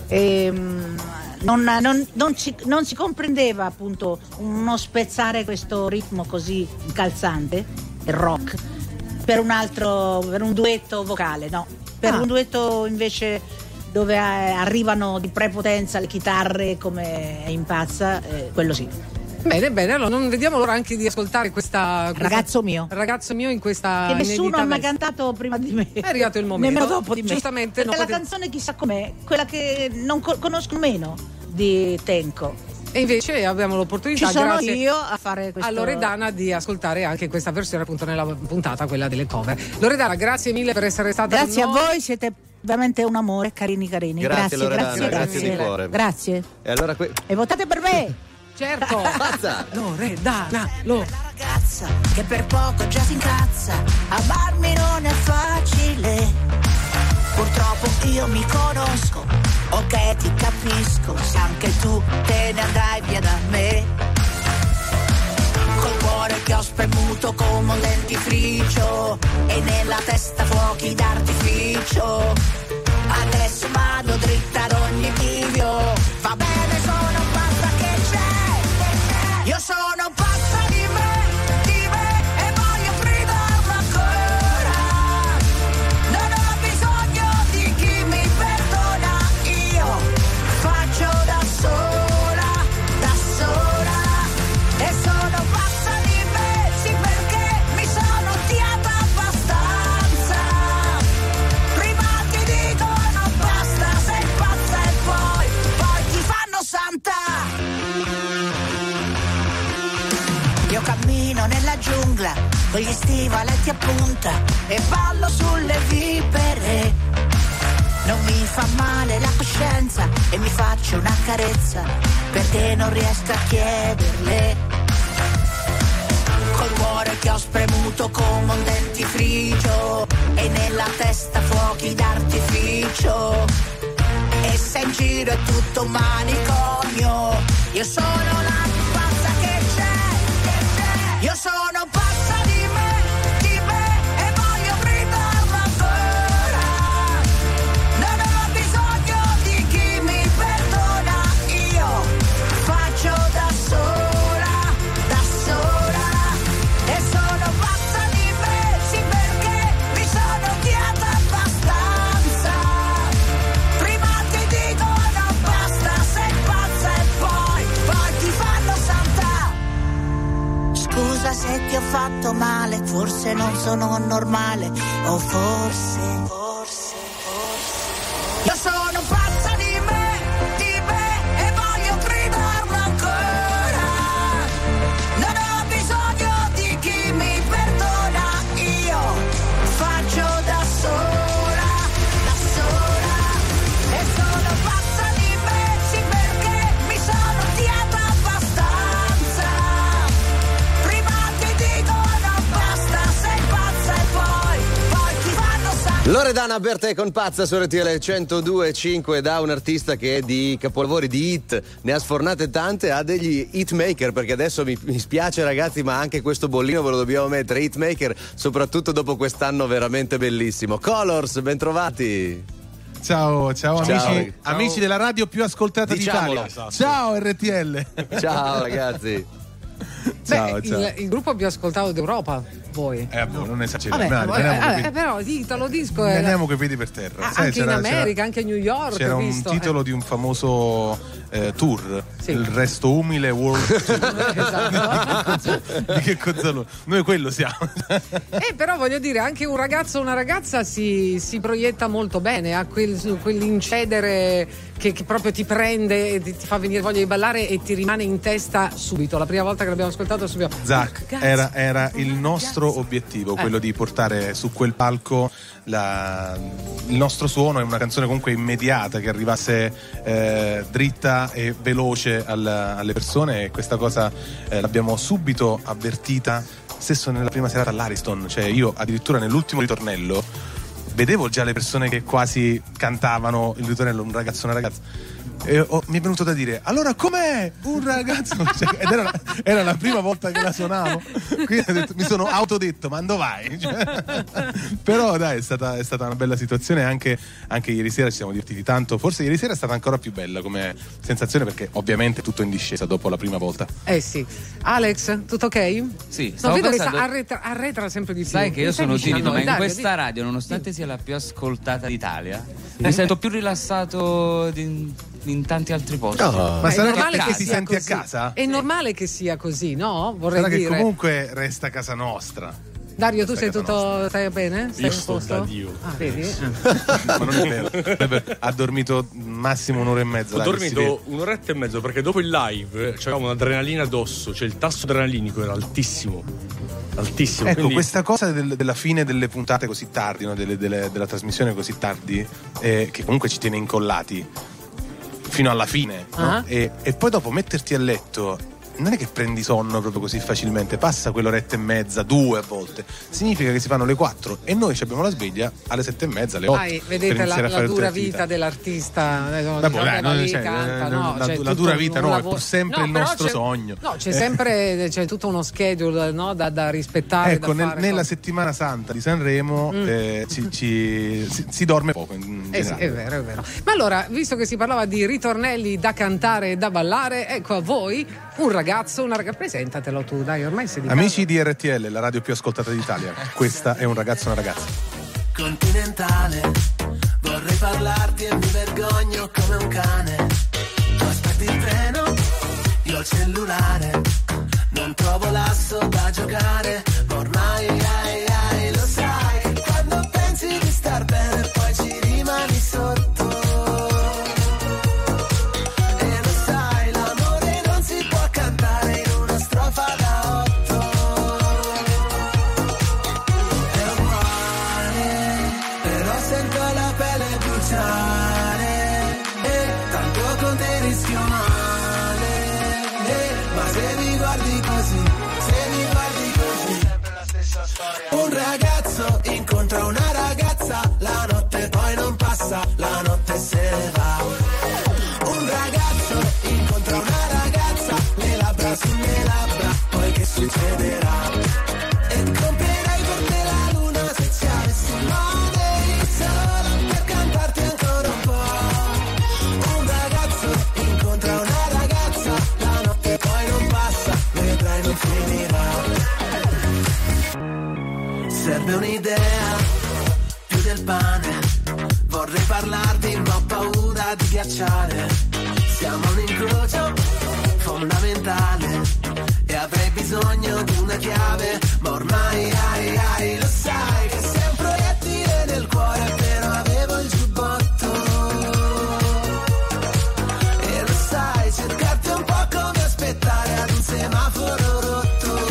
Non si comprendeva appunto uno spezzare questo ritmo così calzante, il rock, per un duetto vocale, no. Per un duetto invece dove arrivano di prepotenza le chitarre come impazza, quello sì. Bene, allora non vediamo l'ora anche di ascoltare questa Ragazzo mio in questa che nessuno ha mai cantato prima di me. È arrivato il momento, nemmeno dopo di me. Giustamente la canzone chissà com'è, quella che non conosco meno di Tenco. E invece abbiamo l'opportunità, ci sono grazie io a fare questo, a Loredana, di ascoltare anche questa versione appunto nella puntata, quella delle cover. Loredana, grazie mille per essere stata grazie con noi. A voi, siete veramente un amore, carini. Grazie, Loredana, grazie di cuore. Grazie. E allora e votate per me. Certo. Pazza. Loredana. Ragazza che per poco già si incazza, amarmi non è facile. Purtroppo io mi conosco, ok ti capisco, se anche tu te ne andrai via da me. Col cuore che ho spremuto come un dentifricio e nella testa fuochi d'artificio. Adesso vado dritta ad ogni bivio, va bene sono pazza che c'è, io sono pazza di me e voglio gridarlo ancora. Non ho bisogno di chi mi perdona, io faccio da sola, e sono pazza di me, sì perché mi sono odiata abbastanza. Prima ti dicono basta, sei pazza e poi ti fanno santa. Io cammino nella giungla con gli stivaletti a punta e ballo sulle vipere. Non mi fa male la coscienza e mi faccio una carezza perché non riesco a chiederle. Col cuore che ho spremuto come un dentifricio e nella testa fuochi d'artificio. E se in giro è tutto un manicomio, io sono la più pazza che c'è, io sono pazza di me e voglio gridarlo ancora. Non ho bisogno di chi mi perdona, io faccio da sola, e sono pazza di me, sì perché mi sono odiata abbastanza. Prima ti dicono basta, sei pazza e poi ti fanno santa. Scusa se ti ho fatto male, forse non sono normale, o forse io sono pazza di me e voglio gridarlo ancora. Non ho bisogno di chi mi perdona, io faccio da sola, e sono pazza di me, sì perché mi sono odiata abbastanza. Prima ti dicono basta, sei pazza e poi ti fanno santa. Loredana Bertè con Pazza su RTL 102.5, da un artista che di capolavori, di hit ne ha sfornate tante, ha degli hitmaker, perché adesso mi spiace ragazzi ma anche questo bollino ve lo dobbiamo mettere, hitmaker, soprattutto dopo quest'anno veramente bellissimo. Colors, bentrovati. Ciao amici della radio più ascoltata d'Italia. Esatto. Ciao RTL. Ciao ragazzi. Ciao. Il gruppo più ascoltato d'Europa, voi. Non esageriamo. Però Italo Disco andiamo coi piedi per terra. Anche in America, anche a New York. C'era un titolo di un famoso tour, il Resto Umile World Tour. Esatto. Di che cosa noi quello siamo. Però voglio dire, anche un ragazzo o una ragazza si proietta molto bene, ha quell'incedere che proprio ti prende e ti fa venire voglia di ballare e ti rimane in testa subito. La prima volta che l'abbiamo ascoltato subito. Zac, era il nostro obiettivo, quello di portare su quel palco il nostro suono, è una canzone comunque immediata che arrivasse dritta e veloce alle persone, e questa cosa l'abbiamo subito avvertita stesso nella prima serata all'Ariston. Cioè io addirittura nell'ultimo ritornello vedevo già le persone che quasi cantavano il ritornello, un ragazzo, una ragazza, e mi è venuto da dire allora com'è un ragazzo, cioè, ed era la prima volta che la suonavo, quindi mi sono autodetto ma dove vai? Però dai, è stata una bella situazione, anche ieri sera ci siamo divertiti tanto, forse ieri sera è stata ancora più bella come sensazione perché ovviamente tutto in discesa dopo la prima volta. Sì. Alex, tutto ok? Sì, no, vedo che arretra sempre di più. Sai che io sono timido, ma in questa radio, nonostante sia la più ascoltata d'Italia, mi sento più rilassato in tanti altri posti. Ma sarà che ti senti così a casa? È normale che sia così, no? Vorrei sarà dire che comunque resta casa nostra. Dario, tu sei tutto, stai bene? Sei Io in sto posto? da Dio. Ah, vedi? Ma non è vero. Ha dormito massimo un'ora e mezza. Ho dormito un'oretta e mezzo perché dopo il live c'avevamo un'adrenalina addosso, cioè il tasso adrenalinico era altissimo. Altissimo. Ecco, quindi... questa cosa della fine delle puntate così tardi, no? della trasmissione così tardi, che comunque ci tiene incollati fino alla fine, no? E poi dopo metterti a letto. Non è che prendi sonno proprio così facilmente, passa quell'oretta e mezza, 2 a volte, significa che si fanno le 4 e noi abbiamo la sveglia alle 7 e mezza, alle 8. Vedete la dura vita dell'artista, la dura vita no, è pur sempre il nostro sogno. No, c'è tutto uno schedule, no, da rispettare. Ecco, da fare, nella settimana santa di Sanremo si dorme poco in sì, è vero. Ma allora, visto che si parlava di ritornelli da cantare e da ballare, ecco a voi un ragazzo, una ragazza, presentatelo tu, dai, ormai sei di casa. Amici di RTL, la radio più ascoltata d'Italia. Questa è un ragazzo e una ragazza. Continentale, vorrei parlarti e mi vergogno come un cane. Tu aspetti il treno, io il cellulare, non trovo l'asso da giocare, ma ormai lo sai, quando pensi di star bene poi ci rimani sotto. Un ragazzo incontra una ragazza, la notte poi non passa, la notte se ne va. Un ragazzo incontra una ragazza, le labbra sulle labbra, poi che succederà? E comprerei per te la luna se ci avessi modo solo per cantarti ancora un po'. Un ragazzo incontra una ragazza, la notte poi non passa, vedrai non finirà. Serve un'idea, più del pane, vorrei parlarti ma ho paura di ghiacciare. Siamo un incrocio fondamentale e avrei bisogno di una chiave, ma ormai lo sai che sei un proiettile nel cuore, però avevo il giubbotto. E lo sai, cercarti un po' come aspettare ad un semaforo rotto.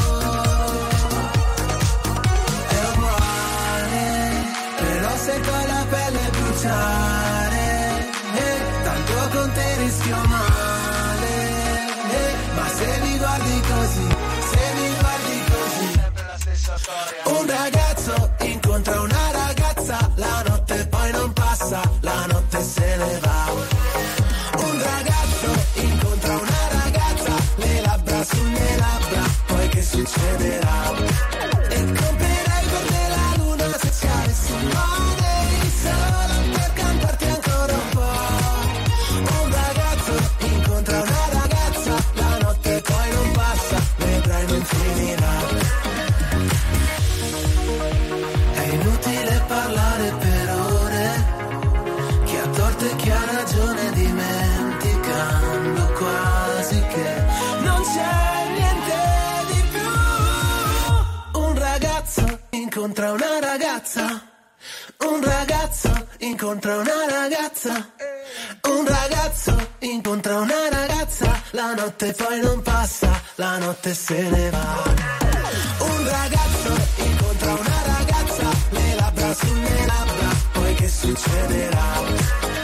Tanto con te rischio male, ma se mi guardi così, sempre la stessa storia. Un ragazzo incontra una ragazza, la notte poi non passa, la notte se ne va. Un ragazzo incontra una ragazza, le labbra sulle labbra, poi che succederà? E comprerei per te la luna se ci avessi modo solo per cantarti ancora un po'. Un ragazzo incontra una ragazza, la notte poi non passa, vedrai non finirà. È inutile parlare per ore, chi ha torto e chi ha ragione, dimenticando quasi che non c'è niente di più. Un ragazzo incontra una ragazza, un ragazzo incontra una ragazza, un ragazzo incontra una ragazza, la notte poi non passa, la notte se ne va. Un ragazzo incontra una ragazza, le labbra sulle labbra, poi che succederà?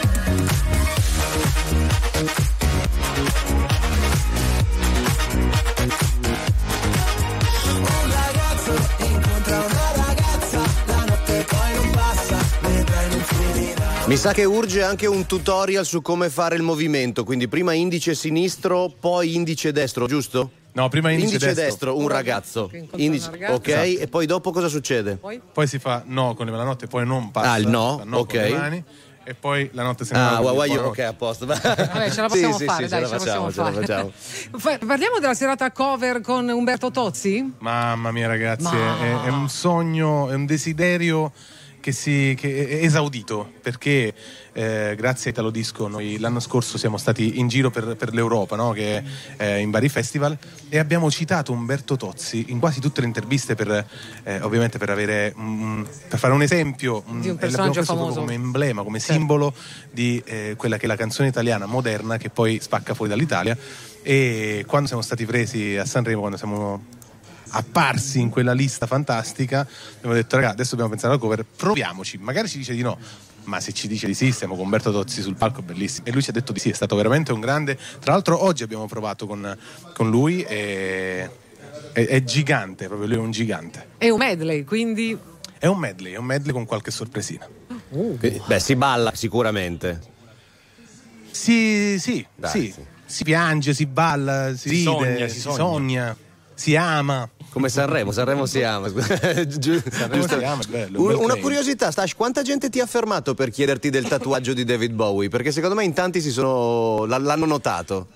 Un ragazzo incontra una ragazza, la notte poi non passa, vedrai non finirà. Mi sa che urge anche un tutorial su come fare il movimento, quindi prima indice sinistro, poi indice destro, giusto? No, prima indice destro, un ragazzo. Indice, una ragazza. ok, Esatto. e poi dopo cosa succede? Poi si fa no con la notte, poi non passa. Il no, ok. Con le mani, e poi la notte se ne va. Ok, a posto. Vabbè, ce la possiamo fare, sì, dai, ce la possiamo facciamo. Parliamo della serata cover con Umberto Tozzi? Mamma mia, ragazzi, Ma- è un sogno, è un desiderio che è esaudito, perché grazie a Italo Disco noi l'anno scorso siamo stati in giro per l'Europa, no? Che in vari festival, e abbiamo citato Umberto Tozzi in quasi tutte le interviste per ovviamente per avere per fare un esempio di un personaggio l'abbiamo preso famoso, come emblema, come simbolo di quella che è la canzone italiana moderna, che poi spacca fuori dall'Italia. E quando siamo stati presi a Sanremo, quando siamo apparsi in quella lista fantastica, abbiamo detto: ragazzi, adesso dobbiamo pensare alla cover, proviamoci, magari ci dice di no, ma se ci dice di sì, stiamo con Umberto Tozzi sul palco, bellissimo. E lui ci ha detto di sì, è stato veramente un grande. Tra l'altro oggi abbiamo provato con lui e è gigante, proprio lui è un gigante. È un medley, quindi è un medley con qualche sorpresina. Beh, si balla sicuramente. Sì, si piange, si balla, si ride, si sogna, si ama. Come Sanremo si ama. Sanremo si ama, è bello. Una curiosità, Stash, quanta gente ti ha fermato per chiederti del tatuaggio di David Bowie? Perché secondo me in tanti l'hanno notato.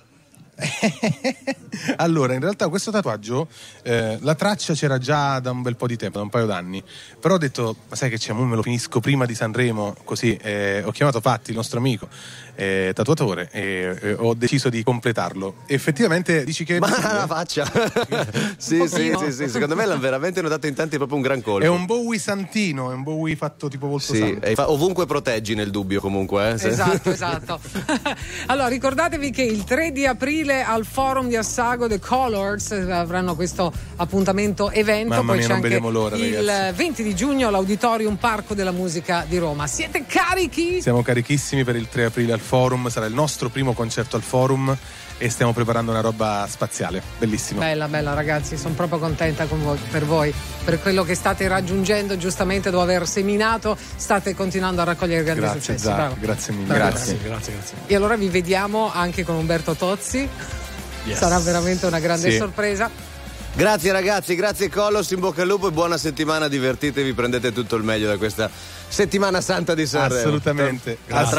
Allora, in realtà questo tatuaggio, la traccia c'era già da un bel po' di tempo, da un paio d'anni, però ho detto: ma sai che c'è, me lo finisco prima di Sanremo, così ho chiamato Patti, il nostro amico tatuatore, e ho deciso di completarlo. Effettivamente dici che... Ma la faccia! sì, secondo me l'hanno veramente notato in tanti, proprio un gran colpo. È un Bowie santino, è un Bowie fatto tipo volto santo. Ovunque proteggi nel dubbio comunque. Esatto. Allora, ricordatevi che il 3 di aprile al forum di Assago The Colors avranno questo appuntamento evento. Mamma poi mia, c'è non anche vediamo l'ora, il ragazzi. 20 di giugno all'Auditorium Parco della Musica di Roma. Siete carichi? Siamo carichissimi per il 3 aprile al forum, sarà il nostro primo concerto al forum e stiamo preparando una roba spaziale, bellissimo. Bella ragazzi, sono proprio contenta per voi, per quello che state raggiungendo. Giustamente, dopo aver seminato, state continuando a raccogliere grandi successi. Grazie mille. Grazie. E allora vi vediamo anche con Umberto Tozzi. Yes. Sarà veramente una grande sorpresa. Grazie ragazzi, grazie Collos, in bocca al lupo e buona settimana, divertitevi, prendete tutto il meglio da questa settimana santa di Sanremo. Assolutamente.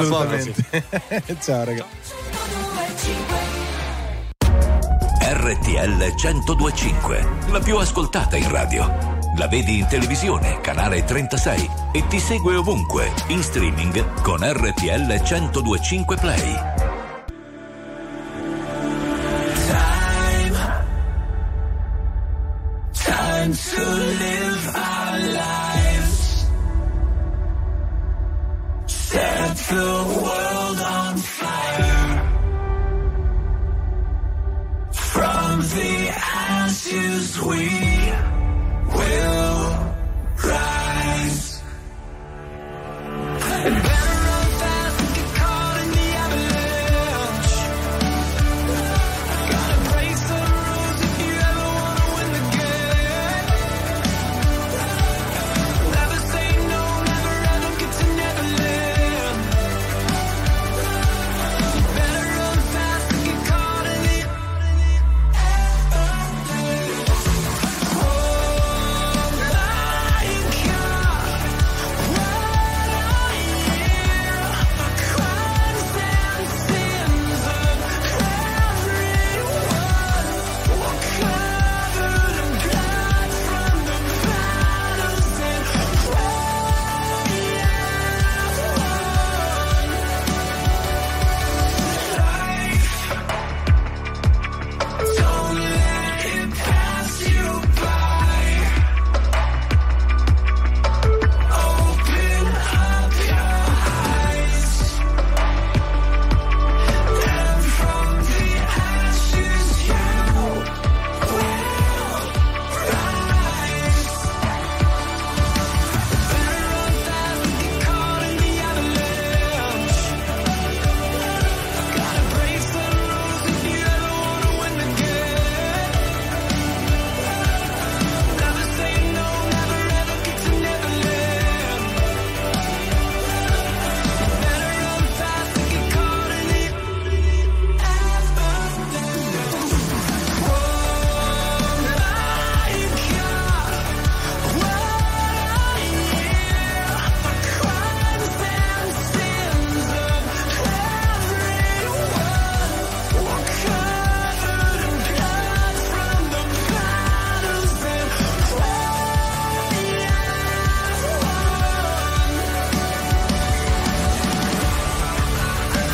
Ciao ragazzi. RTL 1025, la più ascoltata in radio. La vedi in televisione, canale 36, e ti segue ovunque, in streaming con RTL 1025 Play. Time to live our lives. Set the world on fire. From the ashes we will rise.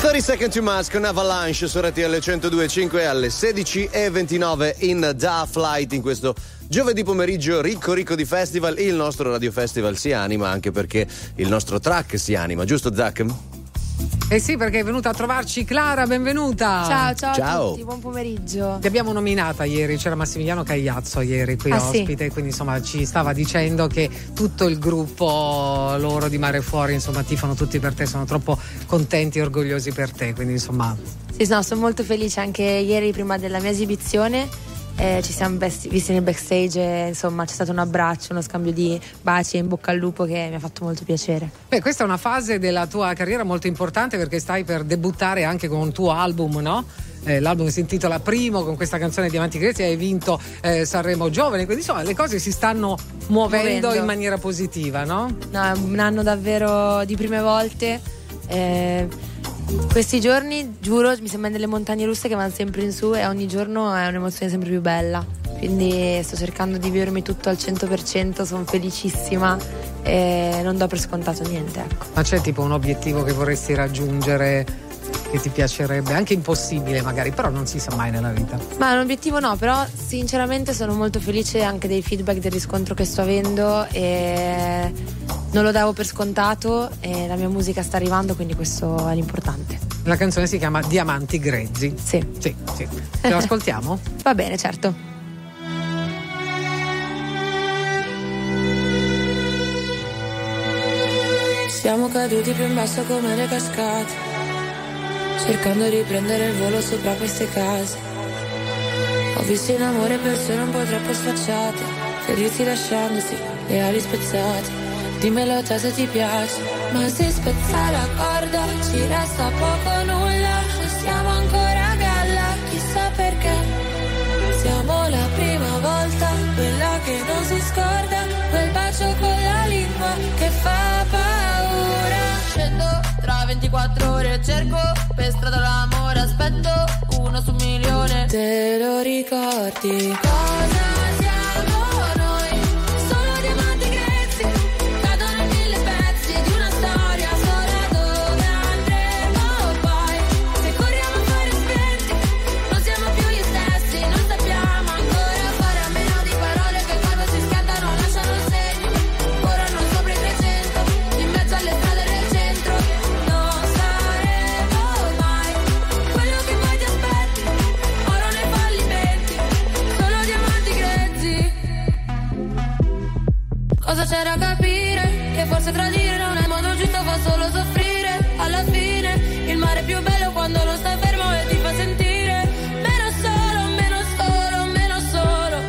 30 Seconds to Mars con Avalanche su RTL 102.5 alle 16:29 in Da Flight in questo giovedì pomeriggio ricco di festival. Il nostro Radio Festival si anima anche perché il nostro track si anima, giusto Zac? Eh sì, perché è venuta a trovarci Clara, benvenuta. Ciao a tutti, buon pomeriggio. Ti abbiamo nominata ieri, c'era Massimiliano Cagliazzo ieri qui ospite, sì. Quindi insomma ci stava dicendo che tutto il gruppo loro di Mare Fuori insomma tifano tutti per te, sono troppo contenti e orgogliosi per te, quindi insomma... Sì, no, sono molto felice anche ieri prima della mia esibizione. Ci siamo visti nel backstage e, insomma c'è stato un abbraccio, uno scambio di baci e in bocca al lupo che mi ha fatto molto piacere. Beh, questa è una fase della tua carriera molto importante perché stai per debuttare anche con un tuo album, no? L'album si intitola Primo, con questa canzone Diamanti Grezzi hai vinto Sanremo Giovane, quindi insomma le cose si stanno muovendo in maniera positiva, no? No, è un anno davvero di prime volte. Questi giorni, giuro, mi sembrano delle montagne russe che vanno sempre in su e ogni giorno è un'emozione sempre più bella. Quindi sto cercando di vivermi tutto al 100%, sono felicissima e non do per scontato niente, ecco. Ma c'è tipo un obiettivo che vorresti raggiungere, che ti piacerebbe, anche impossibile magari, però non si sa mai nella vita? Ma un obiettivo no, però sinceramente sono molto felice anche dei feedback, del riscontro che sto avendo e non lo davo per scontato e la mia musica sta arrivando, quindi questo è l'importante. La canzone si chiama Diamanti Grezzi. Sì. Ce lo ascoltiamo? Va bene, certo. Siamo caduti più in basso come le cascate, cercando di prendere il volo sopra queste case. Ho visto in amore persone un po' troppo sfacciate, ferirsi lasciandosi le ali spezzate. Dimmelo te se ti piace, ma se spezza la corda ci resta poco o nulla. Siamo ancora a galla, chissà perché. Siamo la prima volta, quella che non si scorda, quel bacio con la lingua che fa paura. Scendo tra 24 ore, cerco per strada l'amore, aspetto 1 su 1.000.000. Te lo ricordi? Cosa siamo noi? Solo diamanti grezzi, cadono in 1000 pezzi di una storia sola. Dove andremo poi? Se corriamo a fare spenti, non siamo più gli stessi, non sappiamo ancora fare a meno di parole che quando si schiantano lasciano segni. Corrono sopra i 300, in mezzo alle strade del centro. Non saremo mai quello che poi ti aspetti, oro nei fallimenti, solo diamanti grezzi. Cosa c'è da capire? Che forse tradire non è il modo giusto, fa solo soffrire. Alla fine il mare è più bello quando non stai fermo e ti fa sentire meno solo, meno solo, meno solo,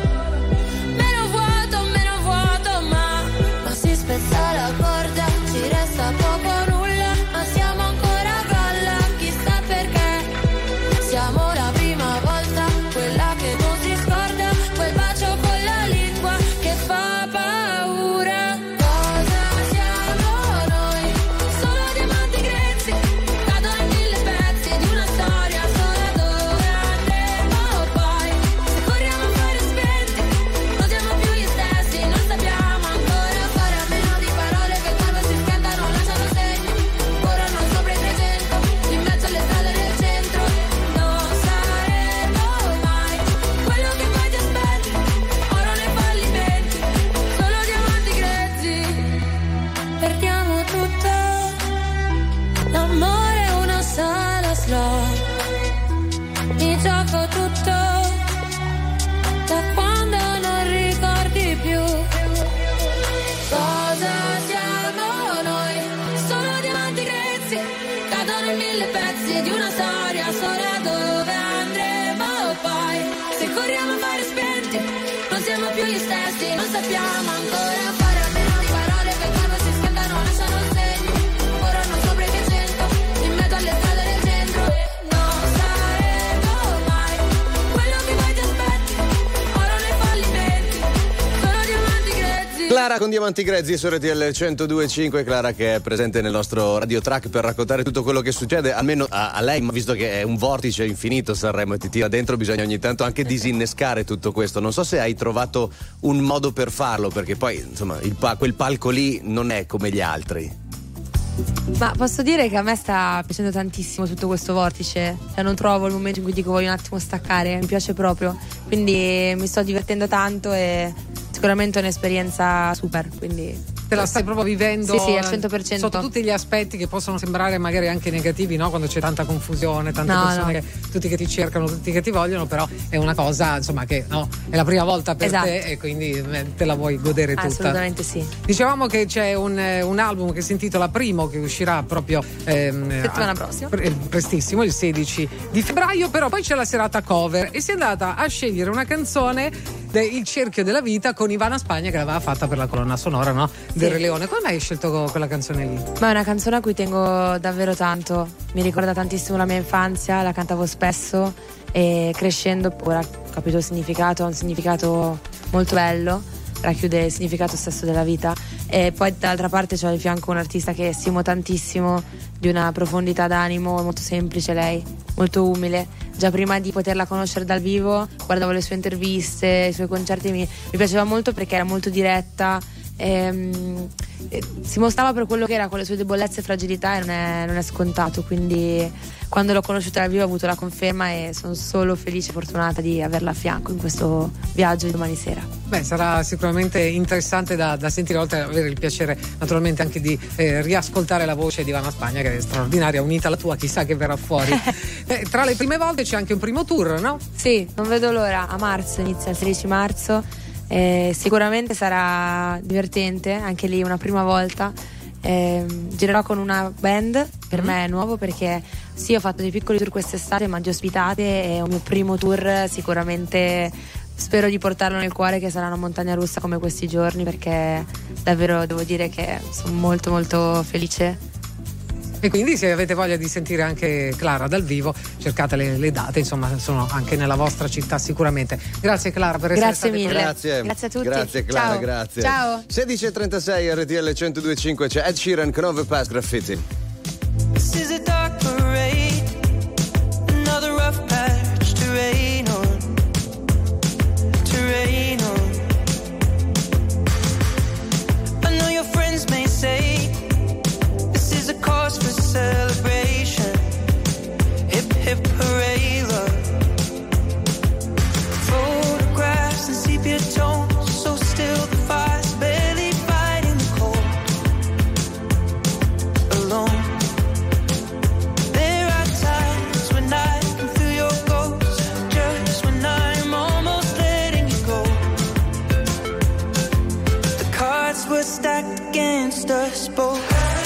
meno vuoto, ma si spezza la corda, ci resta poco o nulla, ma siamo ancora a galla, chissà perché. Siamo la prima volta, quella che non si scorda, quel bacio con la lingua che fa paura. Cosa siamo noi? Solo diamanti grezzi, cadono in 1000 pezzi di una storia sola. Dove andremo poi? Se corriamo a fare spenti, non siamo più gli stessi, non sappiamo ancora fare a meno di parole che quando si schiantano lasciano segni. Corrono sopra i 300, in mezzo alle strade del centro. Non saremo mai quello che poi ti aspetti, oro nei fallimenti, solo diamanti grezzi. Perdiamo tutto, l'amore è una sala slot. Mi gioco tutto, da quando non ricordi più. Cosa siamo noi? Solo diamanti grezzi, cadono in 1000 pezzi di una storia sola. Dove andremo poi? Se corriamo a fare spenti, non siamo più gli stessi, non sappiamo ancora fare a meno di parole che quando si schiantano lasciano segni. Corrono sopra i 300, in mezzo alle strade del centro. Non saremo mai quello che poi ti aspetti, oro nei fallimenti, solo diamanti grezzi. Clara con Diamanti Grezzi su RTL 102.5. Clara che è presente nel nostro radio track per raccontare tutto quello che succede, almeno a lei, ma visto che è un vortice infinito Sanremo e ti tira dentro, bisogna ogni tanto anche disinnescare tutto questo. Non so se hai trovato un modo per farlo, perché poi insomma quel palco lì non è come gli altri. Ma posso dire che a me sta piacendo tantissimo tutto questo vortice, cioè non trovo il momento in cui dico voglio un attimo staccare, mi piace proprio, quindi mi sto divertendo tanto e sicuramente è un'esperienza super, quindi te la stai proprio vivendo sì, al 100%. Sotto tutti gli aspetti che possono sembrare magari anche negativi, no? Quando c'è tanta confusione, tante persone tutti che ti cercano, tutti che ti vogliono, però è una cosa insomma che è la prima volta per te e quindi te la vuoi godere tutta. Assolutamente sì. Dicevamo che c'è un album che si intitola Primo, che uscirà proprio settimana prossima, prestissimo, il 16 di febbraio, però poi c'è la serata cover e si è andata a scegliere una canzone Il cerchio della vita con Ivana Spagna, che l'aveva fatta per la colonna sonora, no? Del Re Leone. Come mai hai scelto quella canzone lì? Ma è una canzone a cui tengo davvero tanto, mi ricorda tantissimo la mia infanzia, la cantavo spesso e crescendo ora ho capito il significato, ha un significato molto bello, racchiude il significato stesso della vita e poi dall'altra parte c'ho di fianco un artista che stimo tantissimo, di una profondità d'animo molto semplice lei, molto umile. Già prima di poterla conoscere dal vivo guardavo le sue interviste, i suoi concerti, mi piaceva molto perché era molto diretta, si mostrava per quello che era, con le sue debolezze e fragilità, e non è scontato, quindi quando l'ho conosciuta dal vivo ho avuto la conferma e sono solo felice e fortunata di averla a fianco in questo viaggio di domani sera. Beh, sarà sicuramente interessante da sentire, oltre ad avere il piacere naturalmente anche di riascoltare la voce di Ivana Spagna, che è straordinaria, unita alla tua chissà che verrà fuori. Tra le prime volte c'è anche un primo tour, no? Sì, non vedo l'ora, a marzo, inizia il 16 marzo. Sicuramente sarà divertente, anche lì una prima volta. Girerò con una band, per me è nuovo perché sì, ho fatto dei piccoli tour quest'estate, ma di ospitate, è un mio primo tour, sicuramente spero di portarlo nel cuore, che sarà una montagna russa come questi giorni, perché davvero devo dire che sono molto molto felice. E quindi se avete voglia di sentire anche Clara dal vivo, cercate le date, insomma sono anche nella vostra città sicuramente. Grazie Clara per essere stata mille. Grazie. Grazie a tutti. Grazie Clara, ciao. grazie. Ciao. 16:36 RTL 102.5, c'è Ed Sheeran con Overpass Graffiti. This is a dark parade, another rough patch to rain on, to rain on. I know your friends may say this is a cause for celebration, hip hip hooray love. Photographs and sepia tones, so still the fire's barely fighting the cold. Alone. There are times when I can feel your ghost, just when I'm almost letting you go. The cards were stacked against us both.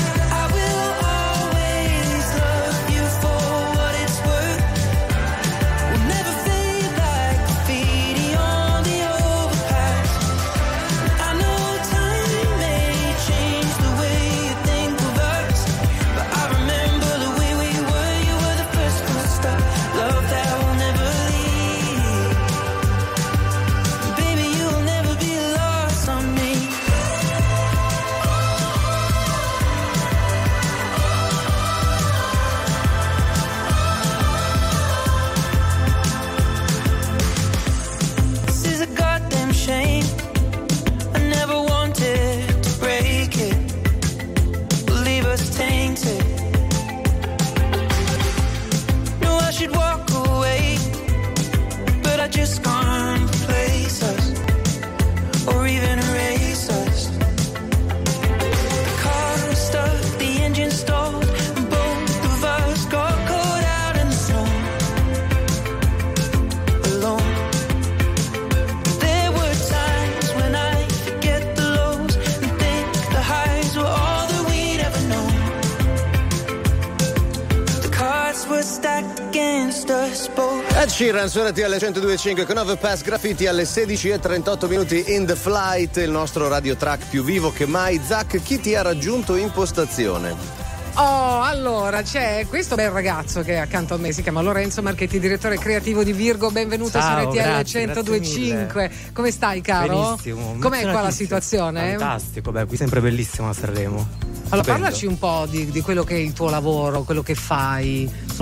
Ed Sheeran su RTL 102.5 con Overpass Graffiti alle 16:38 in The Flight, il nostro radio track più vivo che mai. Zac, chi ti ha raggiunto in postazione? Oh, allora c'è questo bel ragazzo che è accanto a me, si chiama Lorenzo Marchetti, direttore creativo di Virgo. Benvenuto su RTL 102.5. Come stai, caro? Benissimo. Com'è qua la situazione? Fantastico, beh, qui sempre bellissimo a Sanremo. Allora, parlaci un po' di quello che è il tuo lavoro, quello che fai. Sono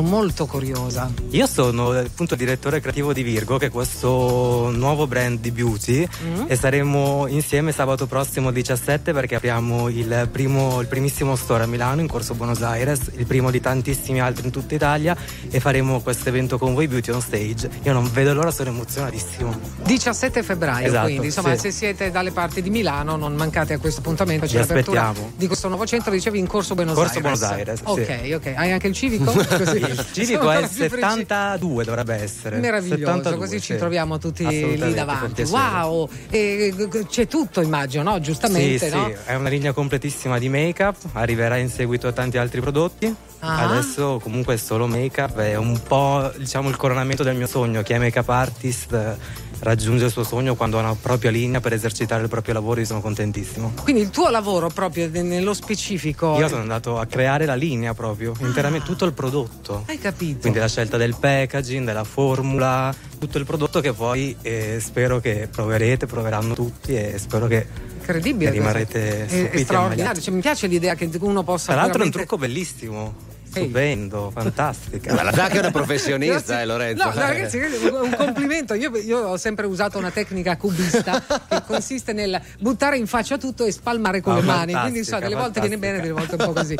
sono molto curiosa. Io sono appunto direttore creativo di Virgo, che è questo nuovo brand di beauty, e saremo insieme sabato prossimo 17 perché apriamo il primissimo store a Milano in Corso Buenos Aires, il primo di tantissimi altri in tutta Italia, e faremo questo evento con voi, Beauty on Stage. Io non vedo l'ora, sono emozionatissimo. 17 febbraio, esatto, quindi insomma, sì. Se siete dalle parti di Milano non mancate a questo appuntamento. Ci aspettiamo. Di questo nuovo centro, dicevi in Corso Buenos Aires. Ok, hai anche il civico? Così. Il civico è il 72, dovrebbe essere meraviglioso, 72, così sì. ci troviamo tutti lì davanti. Wow, c'è tutto, immagino, no? Giustamente, sì, no? sì, è una linea completissima di make-up, arriverà in seguito a tanti altri prodotti. Adesso comunque è solo make-up, è un po', diciamo, il coronamento del mio sogno. Chi è make-up artist raggiunge il suo sogno quando ha una propria linea per esercitare il proprio lavoro. Io sono contentissimo. Quindi il tuo lavoro proprio nello specifico. Io sono andato a creare la linea proprio, interamente tutto il prodotto. Hai capito? Quindi la scelta del packaging, della formula, tutto il prodotto che poi spero che proveranno tutti, e spero che incredibile, rimarrete stupiti. È straordinario, cioè, mi piace l'idea che uno possa. Tra l'altro veramente... è un trucco bellissimo. Stupendo, fantastica. Ma la Zacca è una professionista, Lorenzo. No, ragazzi, un complimento. Io ho sempre usato una tecnica cubista che consiste nel buttare in faccia tutto e spalmare con le mani. Quindi delle volte viene bene, delle volte un po' così.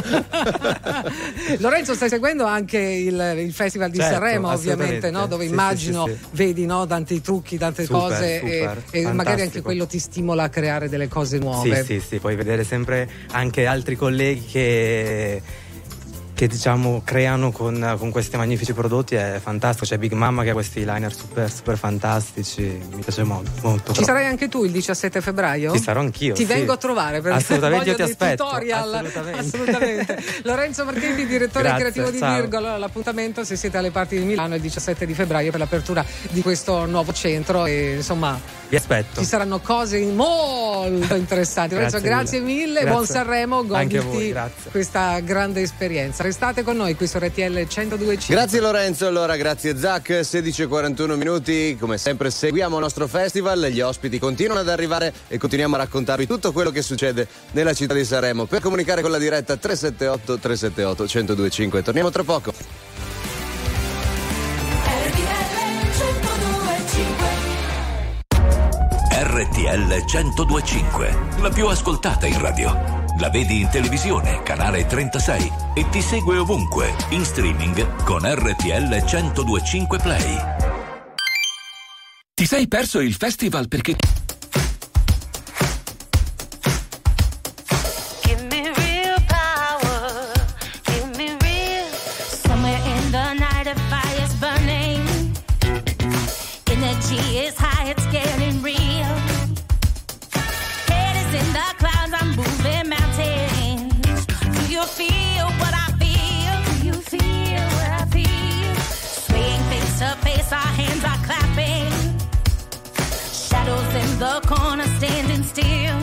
Lorenzo, stai seguendo anche il Festival di Sanremo, ovviamente, no? Dove immagino vedi, no, tanti trucchi, tante cose, e magari anche quello ti stimola a creare delle cose nuove. Sì, puoi vedere sempre anche altri colleghi che diciamo creano con questi magnifici prodotti. È fantastico. C'è Big Mama che ha questi liner super fantastici, mi piace molto. Ci sarai anche tu il 17 febbraio? Ci sarò anch'io. Ti vengo a trovare perché assolutamente, voglio io ti aspetto. Tutorial. Assolutamente. Lorenzo Marchetti, direttore creativo di Virgo. Allora, l'appuntamento, se siete alle parti di Milano, è il 17 di febbraio per l'apertura di questo nuovo centro, e insomma vi aspetto. Ci saranno cose molto interessanti. Lorenzo, grazie mille. Buon Sanremo, goditi questa grande esperienza. Restate con noi qui su RTL 102.5. Grazie Lorenzo, allora grazie Zac. 16:41 minuti, come sempre seguiamo il nostro festival, gli ospiti continuano ad arrivare e continuiamo a raccontarvi tutto quello che succede nella città di Sanremo. Per comunicare con la diretta 378 378 1025. Torniamo tra poco. RTL 102.5, la più ascoltata in radio. La vedi in televisione, canale 36, e ti segue ovunque, in streaming con RTL 102.5 Play. Ti sei perso il festival perché... The corner standing still.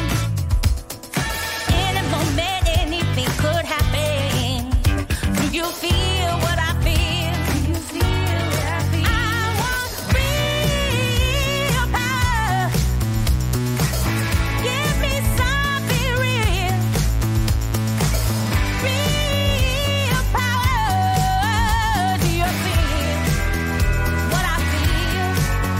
In a moment, anything could happen. Do you feel what I feel? Do you feel what I feel? I want real power. Give me something real. Real power. Do you feel what I feel?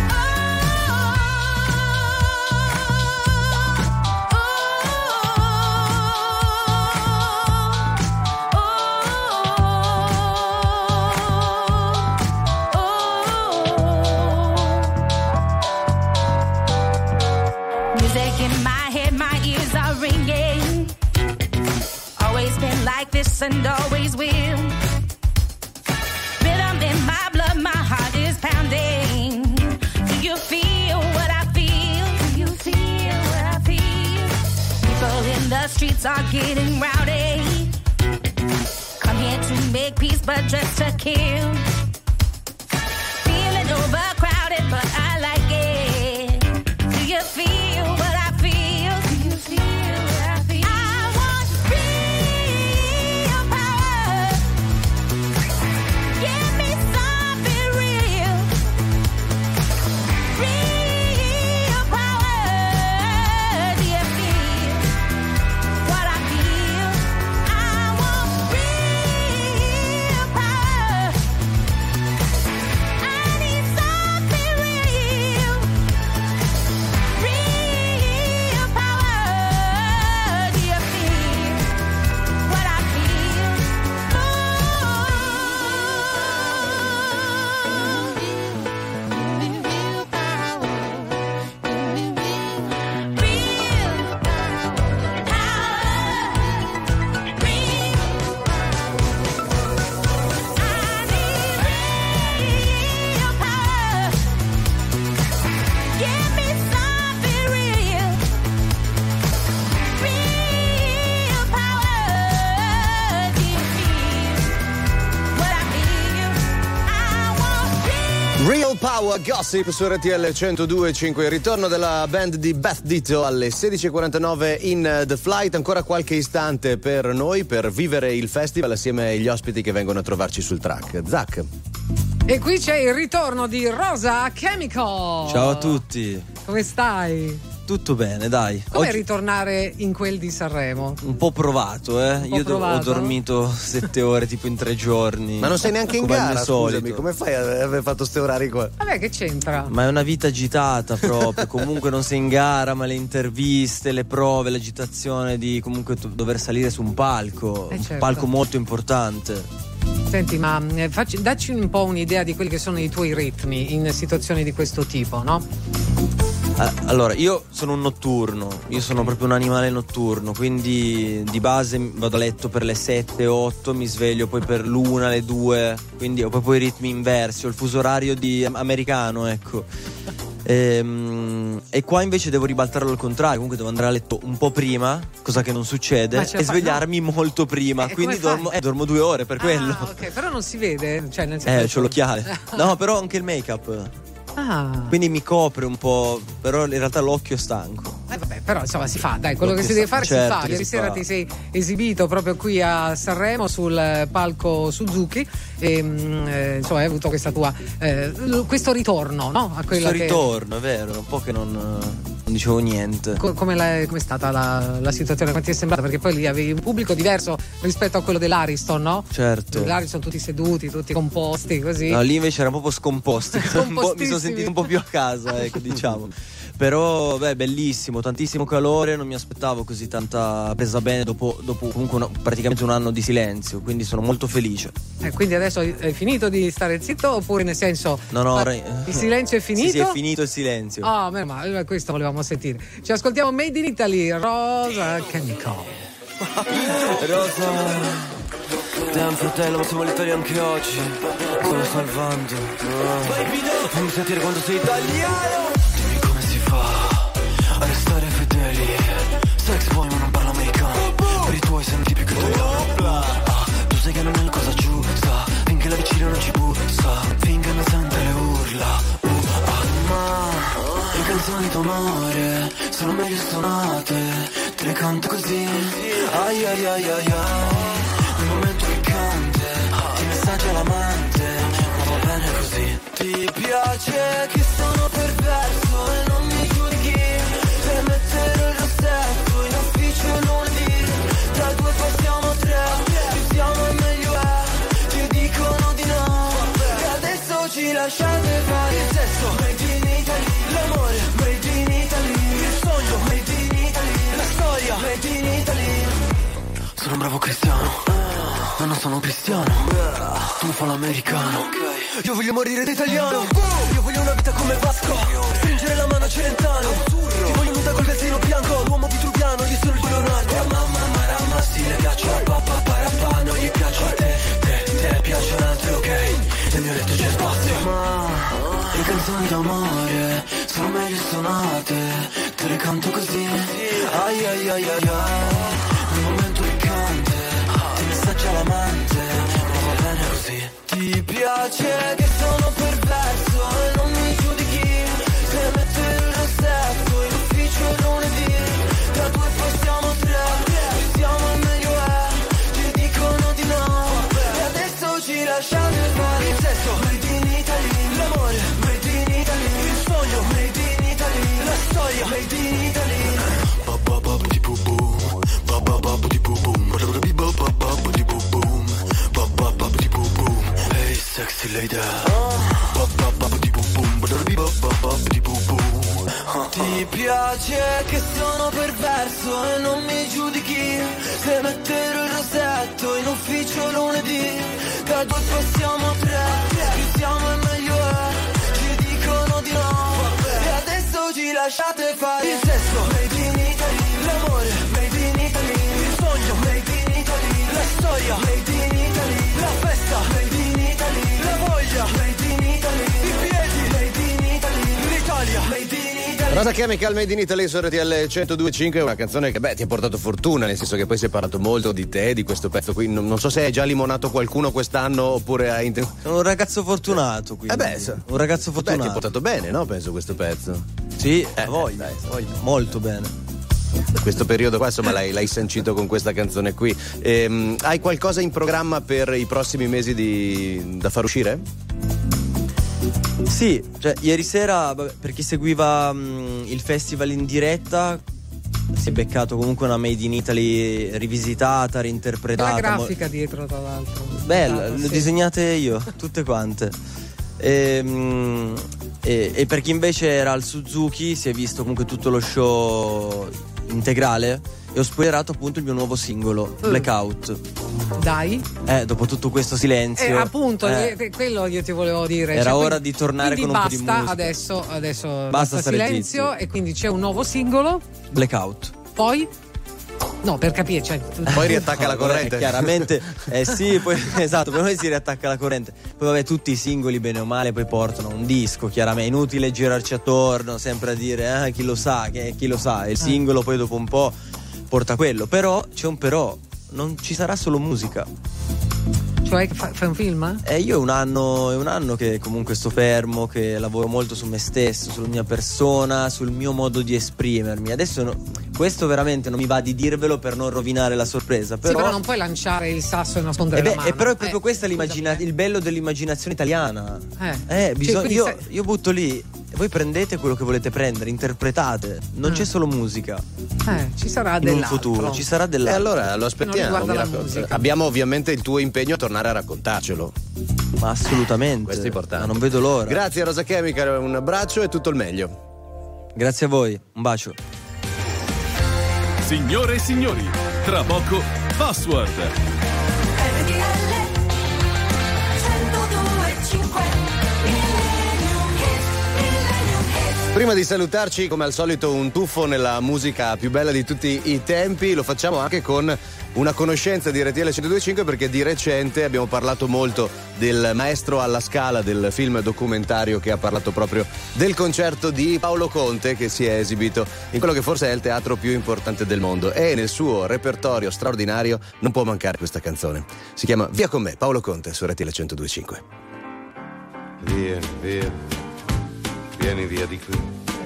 And always will. Rhythm in my blood, my heart is pounding. Do you feel what I feel? Do you feel what I feel? People in the streets are getting rowdy. Come here to make peace, but just to kill. Feeling overcrowded, but I like it. Do you feel what I feel? Do you feel what I feel? I want real power. Give me something real. Real power. Do you feel what I feel? I want real power. Real Power Gossip su RTL 102.5, il ritorno della band di Beth Ditto alle 16.49 in The Flight. Ancora qualche istante per noi per vivere il festival assieme agli ospiti che vengono a trovarci sul track. Zac. E qui c'è il ritorno di Rosa Chemical. Ciao a tutti. Come stai? Tutto bene, dai. Come Oggi ritornare in quel di Sanremo? un po' provato, Io ho dormito 7 ore tipo in 3 giorni. Ma non sei neanche in come gara, al solito. scusami, come fai ad aver fatto ste orari qua? Vabbè, che c'entra? Ma è una vita agitata proprio. Comunque non sei in gara, ma le interviste, le prove, l'agitazione di comunque dover salire su un palco. Un certo. palco molto importante. Senti, ma dacci un po' un'idea di quelli che sono i tuoi ritmi in situazioni di questo tipo, no? Allora, io sono un notturno, io sono proprio un animale notturno, quindi di base vado a letto per le 7, 8, mi sveglio poi per l'1, le 2, quindi ho proprio i ritmi inversi, ho il fuso orario americano, ecco. E qua invece devo ribaltarlo al contrario, comunque devo andare a letto un po' prima, cosa che non succede, e svegliarmi molto prima, quindi dormo 2 ore per quello. Ok, però non si vede, cioè nel senso c'ho l'occhiale. No, però anche il make-up. Quindi mi copre un po', però in realtà l'occhio è stanco. Vabbè, però insomma si fa, dai, quello che si deve fare si fa. Ieri sera ti sei esibito proprio qui a Sanremo sul palco Suzuki e insomma hai avuto questa tua questo ritorno, no? A quella questo ritorno, è vero, un po' che non dicevo niente. Come è stata la situazione? Come ti è sembrata? Perché poi lì avevi un pubblico diverso rispetto a quello dell'Ariston, no? Certo. L'Ariston tutti seduti, tutti composti, così. No, lì invece erano proprio scomposti. Mi sono sentito un po' più a casa, ecco, diciamo. Però bellissimo, tantissimo calore, non mi aspettavo così tanta presa bene dopo comunque praticamente un anno di silenzio, quindi sono molto felice. Quindi adesso hai finito di stare zitto oppure nel senso il silenzio è finito? Sì, è finito il silenzio. Meno male, questo volevamo sentire. Ci ascoltiamo Made in Italy, Rosa Chemical. Rosa, damn fratello, ma siamo all'Italia anche oggi. Sto salvando. Fammi sentire quando sei italiano. Dimmi come si fa a restare fedeli. Sex boy ma non parlo americano. Per i tuoi senti più che italiano. Tu sai che non è la cosa giusta. Finché la vicina non ci bussa. Finché non sente le urla. Ma le canzoni d'amore sono meglio suonate. Te le canto così. Ai ai ai ai ai. Nel momento piccante ti messaggia l'amante. Ma va bene così. Ti piace che sono perverso e non mi giudichi. Se mettere il rossetto in ufficio lunedì. Da 2 passiamo a 3. Più siamo e meglio è. Ci dicono di no. E adesso ci lasciate fare il sesso. Made in Italy. L'amore made in Italy. Il sogno made in Italy. La storia made in Italy. Sono un bravo cristiano, ma non sono cristiano. Tu fa l'americano. Io voglio morire da italiano. Io voglio una vita come Vasco. Stringere la mano a Celentano. Ti voglio nuda col vestino bianco. L'uomo vitruviano, io sono il Leonardo. Mamma marama, stile piaccio a papà parapà. Non gli piaccio a te piace un altro, ok. Nel mio letto c'è spazio. Ma le canzoni d'amore sono meglio suonate. Te le canto così. Ai ai ai ai ai. Nel momento piccante ti messaggia l'amante. Ma va bene così. Ti piace che sono perverso e non mi giudichi. Se mettere il rossetto in ufficio lunedì. Da 2 passiamo a 3. Più siamo e meglio è. Ci dicono di no. E adesso ci lasciate fare il sesso. Made in Italy. L'amore made in Italy. Il sogno made in Italy. La storia made in Italy. Hey sexy lady. Ti piace che sono perverso e non mi giudichi. Se mettere il rossetto in ufficio lunedì. Da 2 passiamo a 3. Più siamo e meglio è. Ci dicono di no. E adesso ci lasciate fare il sesso. Made in Italy. L'amore made in Italy. Il sogno made in Italy. La storia made in Italy. La festa made in Italy. La voglia made in Italy. I piedi made in Italy. L'Italia made in Italy. Rosa Chemical Made in Italy su RTL 102.5 è una canzone che ti ha portato fortuna, nel senso che poi si è parlato molto di te, di questo pezzo qui. Non so se hai già limonato qualcuno quest'anno oppure hai Sono un ragazzo fortunato, quindi. Un ragazzo fortunato. Ti ha portato bene, no? Penso questo pezzo. Sì, voglio. Molto bene. Questo periodo qua, insomma, l'hai sancito con questa canzone qui. Hai qualcosa in programma per i prossimi mesi da far uscire? Sì, cioè ieri sera, per chi seguiva il festival in diretta, si è beccato comunque una Made in Italy rivisitata, reinterpretata. La grafica dietro, tra l'altro. Bella, le disegnate io, tutte quante. E per chi invece era al Suzuki si è visto comunque tutto lo show integrale e ho spoilerato appunto il mio nuovo singolo, Blackout. Dai. Dopo tutto questo silenzio. Appunto, quello io ti volevo dire. Era ora di tornare con un po' di musica. Adesso basta silenzio zitti. E quindi c'è un nuavo singolo. Blackout. Poi? No, per capire, cioè, poi riattacca la corrente. Chiaramente, sì, poi esatto, per noi si riattacca la corrente. Poi vabbè, tutti i singoli bene o male poi portano un disco, chiaramente. È inutile girarci attorno, sempre a dire chi lo sa, chi lo sa. E il singolo poi dopo un po' porta quello. Però c'è un però, non ci sarà solo musica. Cioè fai un film? Io è un anno che comunque sto fermo, che lavoro molto su me stesso, sulla mia persona, sul mio modo di esprimermi. Adesso questo veramente non mi va di dirvelo per non rovinare la sorpresa. Però, sì, però non puoi lanciare il sasso e nascondere la mano. Però è proprio questo il bello dell'immaginazione italiana. Io butto lì, voi prendete quello che volete prendere, interpretate. Non c'è solo musica. Ci sarà in dell'altro. un futuro, ci sarà dell'altro. E allora lo aspettiamo. Abbiamo ovviamente il tuo impegno a tornare a raccontarcelo. Ma assolutamente. Questo è importante. Ma non vedo l'ora. Grazie Rosa Chemical, un abbraccio e tutto il meglio. Grazie a voi, un bacio. Signore e signori, tra poco Password. Prima di salutarci, come al solito, un tuffo nella musica più bella di tutti i tempi. Lo facciamo anche con una conoscenza di RTL 102.5, perché di recente abbiamo parlato molto del Maestro alla Scala, del film documentario che ha parlato proprio del concerto di Paolo Conte, che si è esibito in quello che forse è il teatro più importante del mondo, e nel suo repertorio straordinario non può mancare questa canzone. Si chiama Via con me, Paolo Conte su RTL 102.5. Vieni via di qui.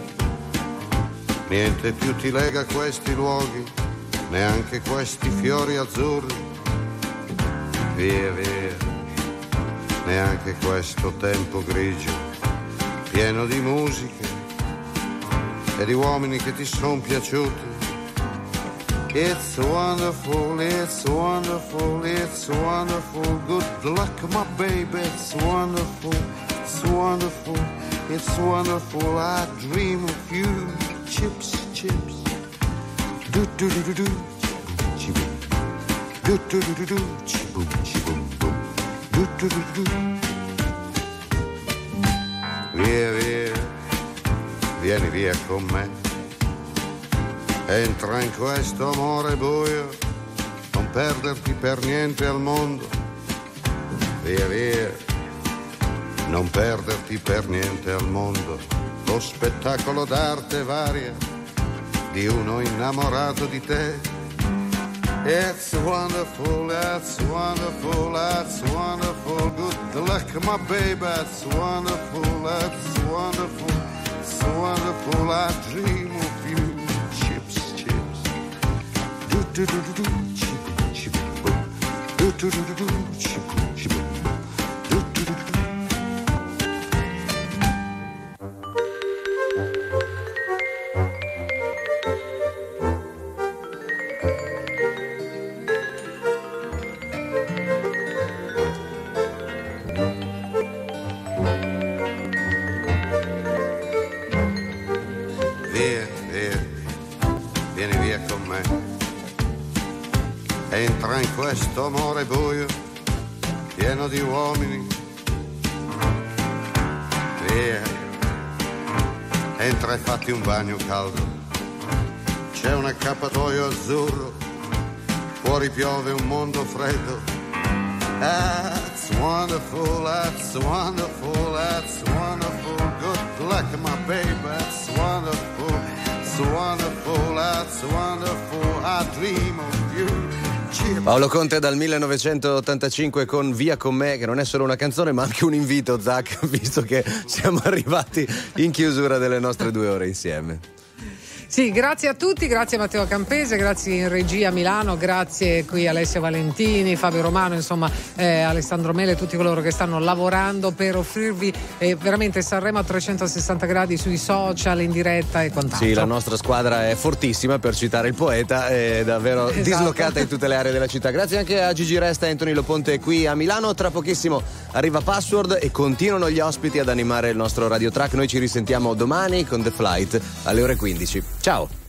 Niente più ti lega a questi luoghi, neanche questi fiori azzurri. Via, neanche questo tempo grigio, pieno di musiche e di uomini che ti son piaciuti. It's wonderful, it's wonderful, it's wonderful. Good luck, my baby, it's wonderful, it's wonderful. It's wonderful, I dream of you. Chips, chips. Do do do do do. Chi-boom. Do do do do do. Chi-boom, chi-boom, boom. Do do do do. Via, vieni via con me. Entra in questo amore buio, non perderti per niente al mondo. Via. Non perderti per niente al mondo lo spettacolo d'arte varia di uno innamorato di te. It's wonderful, it's wonderful, it's wonderful. Good luck, my baby, it's wonderful, it's wonderful, it's wonderful. I dream of you. Chips, chips. Do do do do do. Chip, chip, boom. Do do do do do. Chip, chip, boom. Do do do do. Entra in questo amore buio, pieno di uomini. Via, entra e fatti un bagno caldo. C'è un accappatoio azzurro, fuori piove un mondo freddo. That's wonderful, that's wonderful, that's wonderful. Good luck, my baby, that's wonderful. It's wonderful, I dream of you. Paolo Conte dal 1985 con Via con me, che non è solo una canzone ma anche un invito, Zach, visto che siamo arrivati in chiusura delle nostre 2 ore insieme. Sì, grazie a tutti, grazie a Matteo Campese, grazie in regia a Milano, grazie qui Alessia Valentini, Fabio Romano, insomma Alessandro Mele, tutti coloro che stanno lavorando per offrirvi veramente Sanremo a 360 gradi sui social, in diretta e quant'altro. Sì, la nostra squadra è fortissima, per citare il poeta, è davvero dislocata in tutte le aree della città. Grazie anche a Gigi Resta e Anthony Loponte qui a Milano. Tra pochissimo arriva Password e continuano gli ospiti ad animare il nostro Radio Track. Noi ci risentiamo domani con The Flight alle ore 15. Ciao!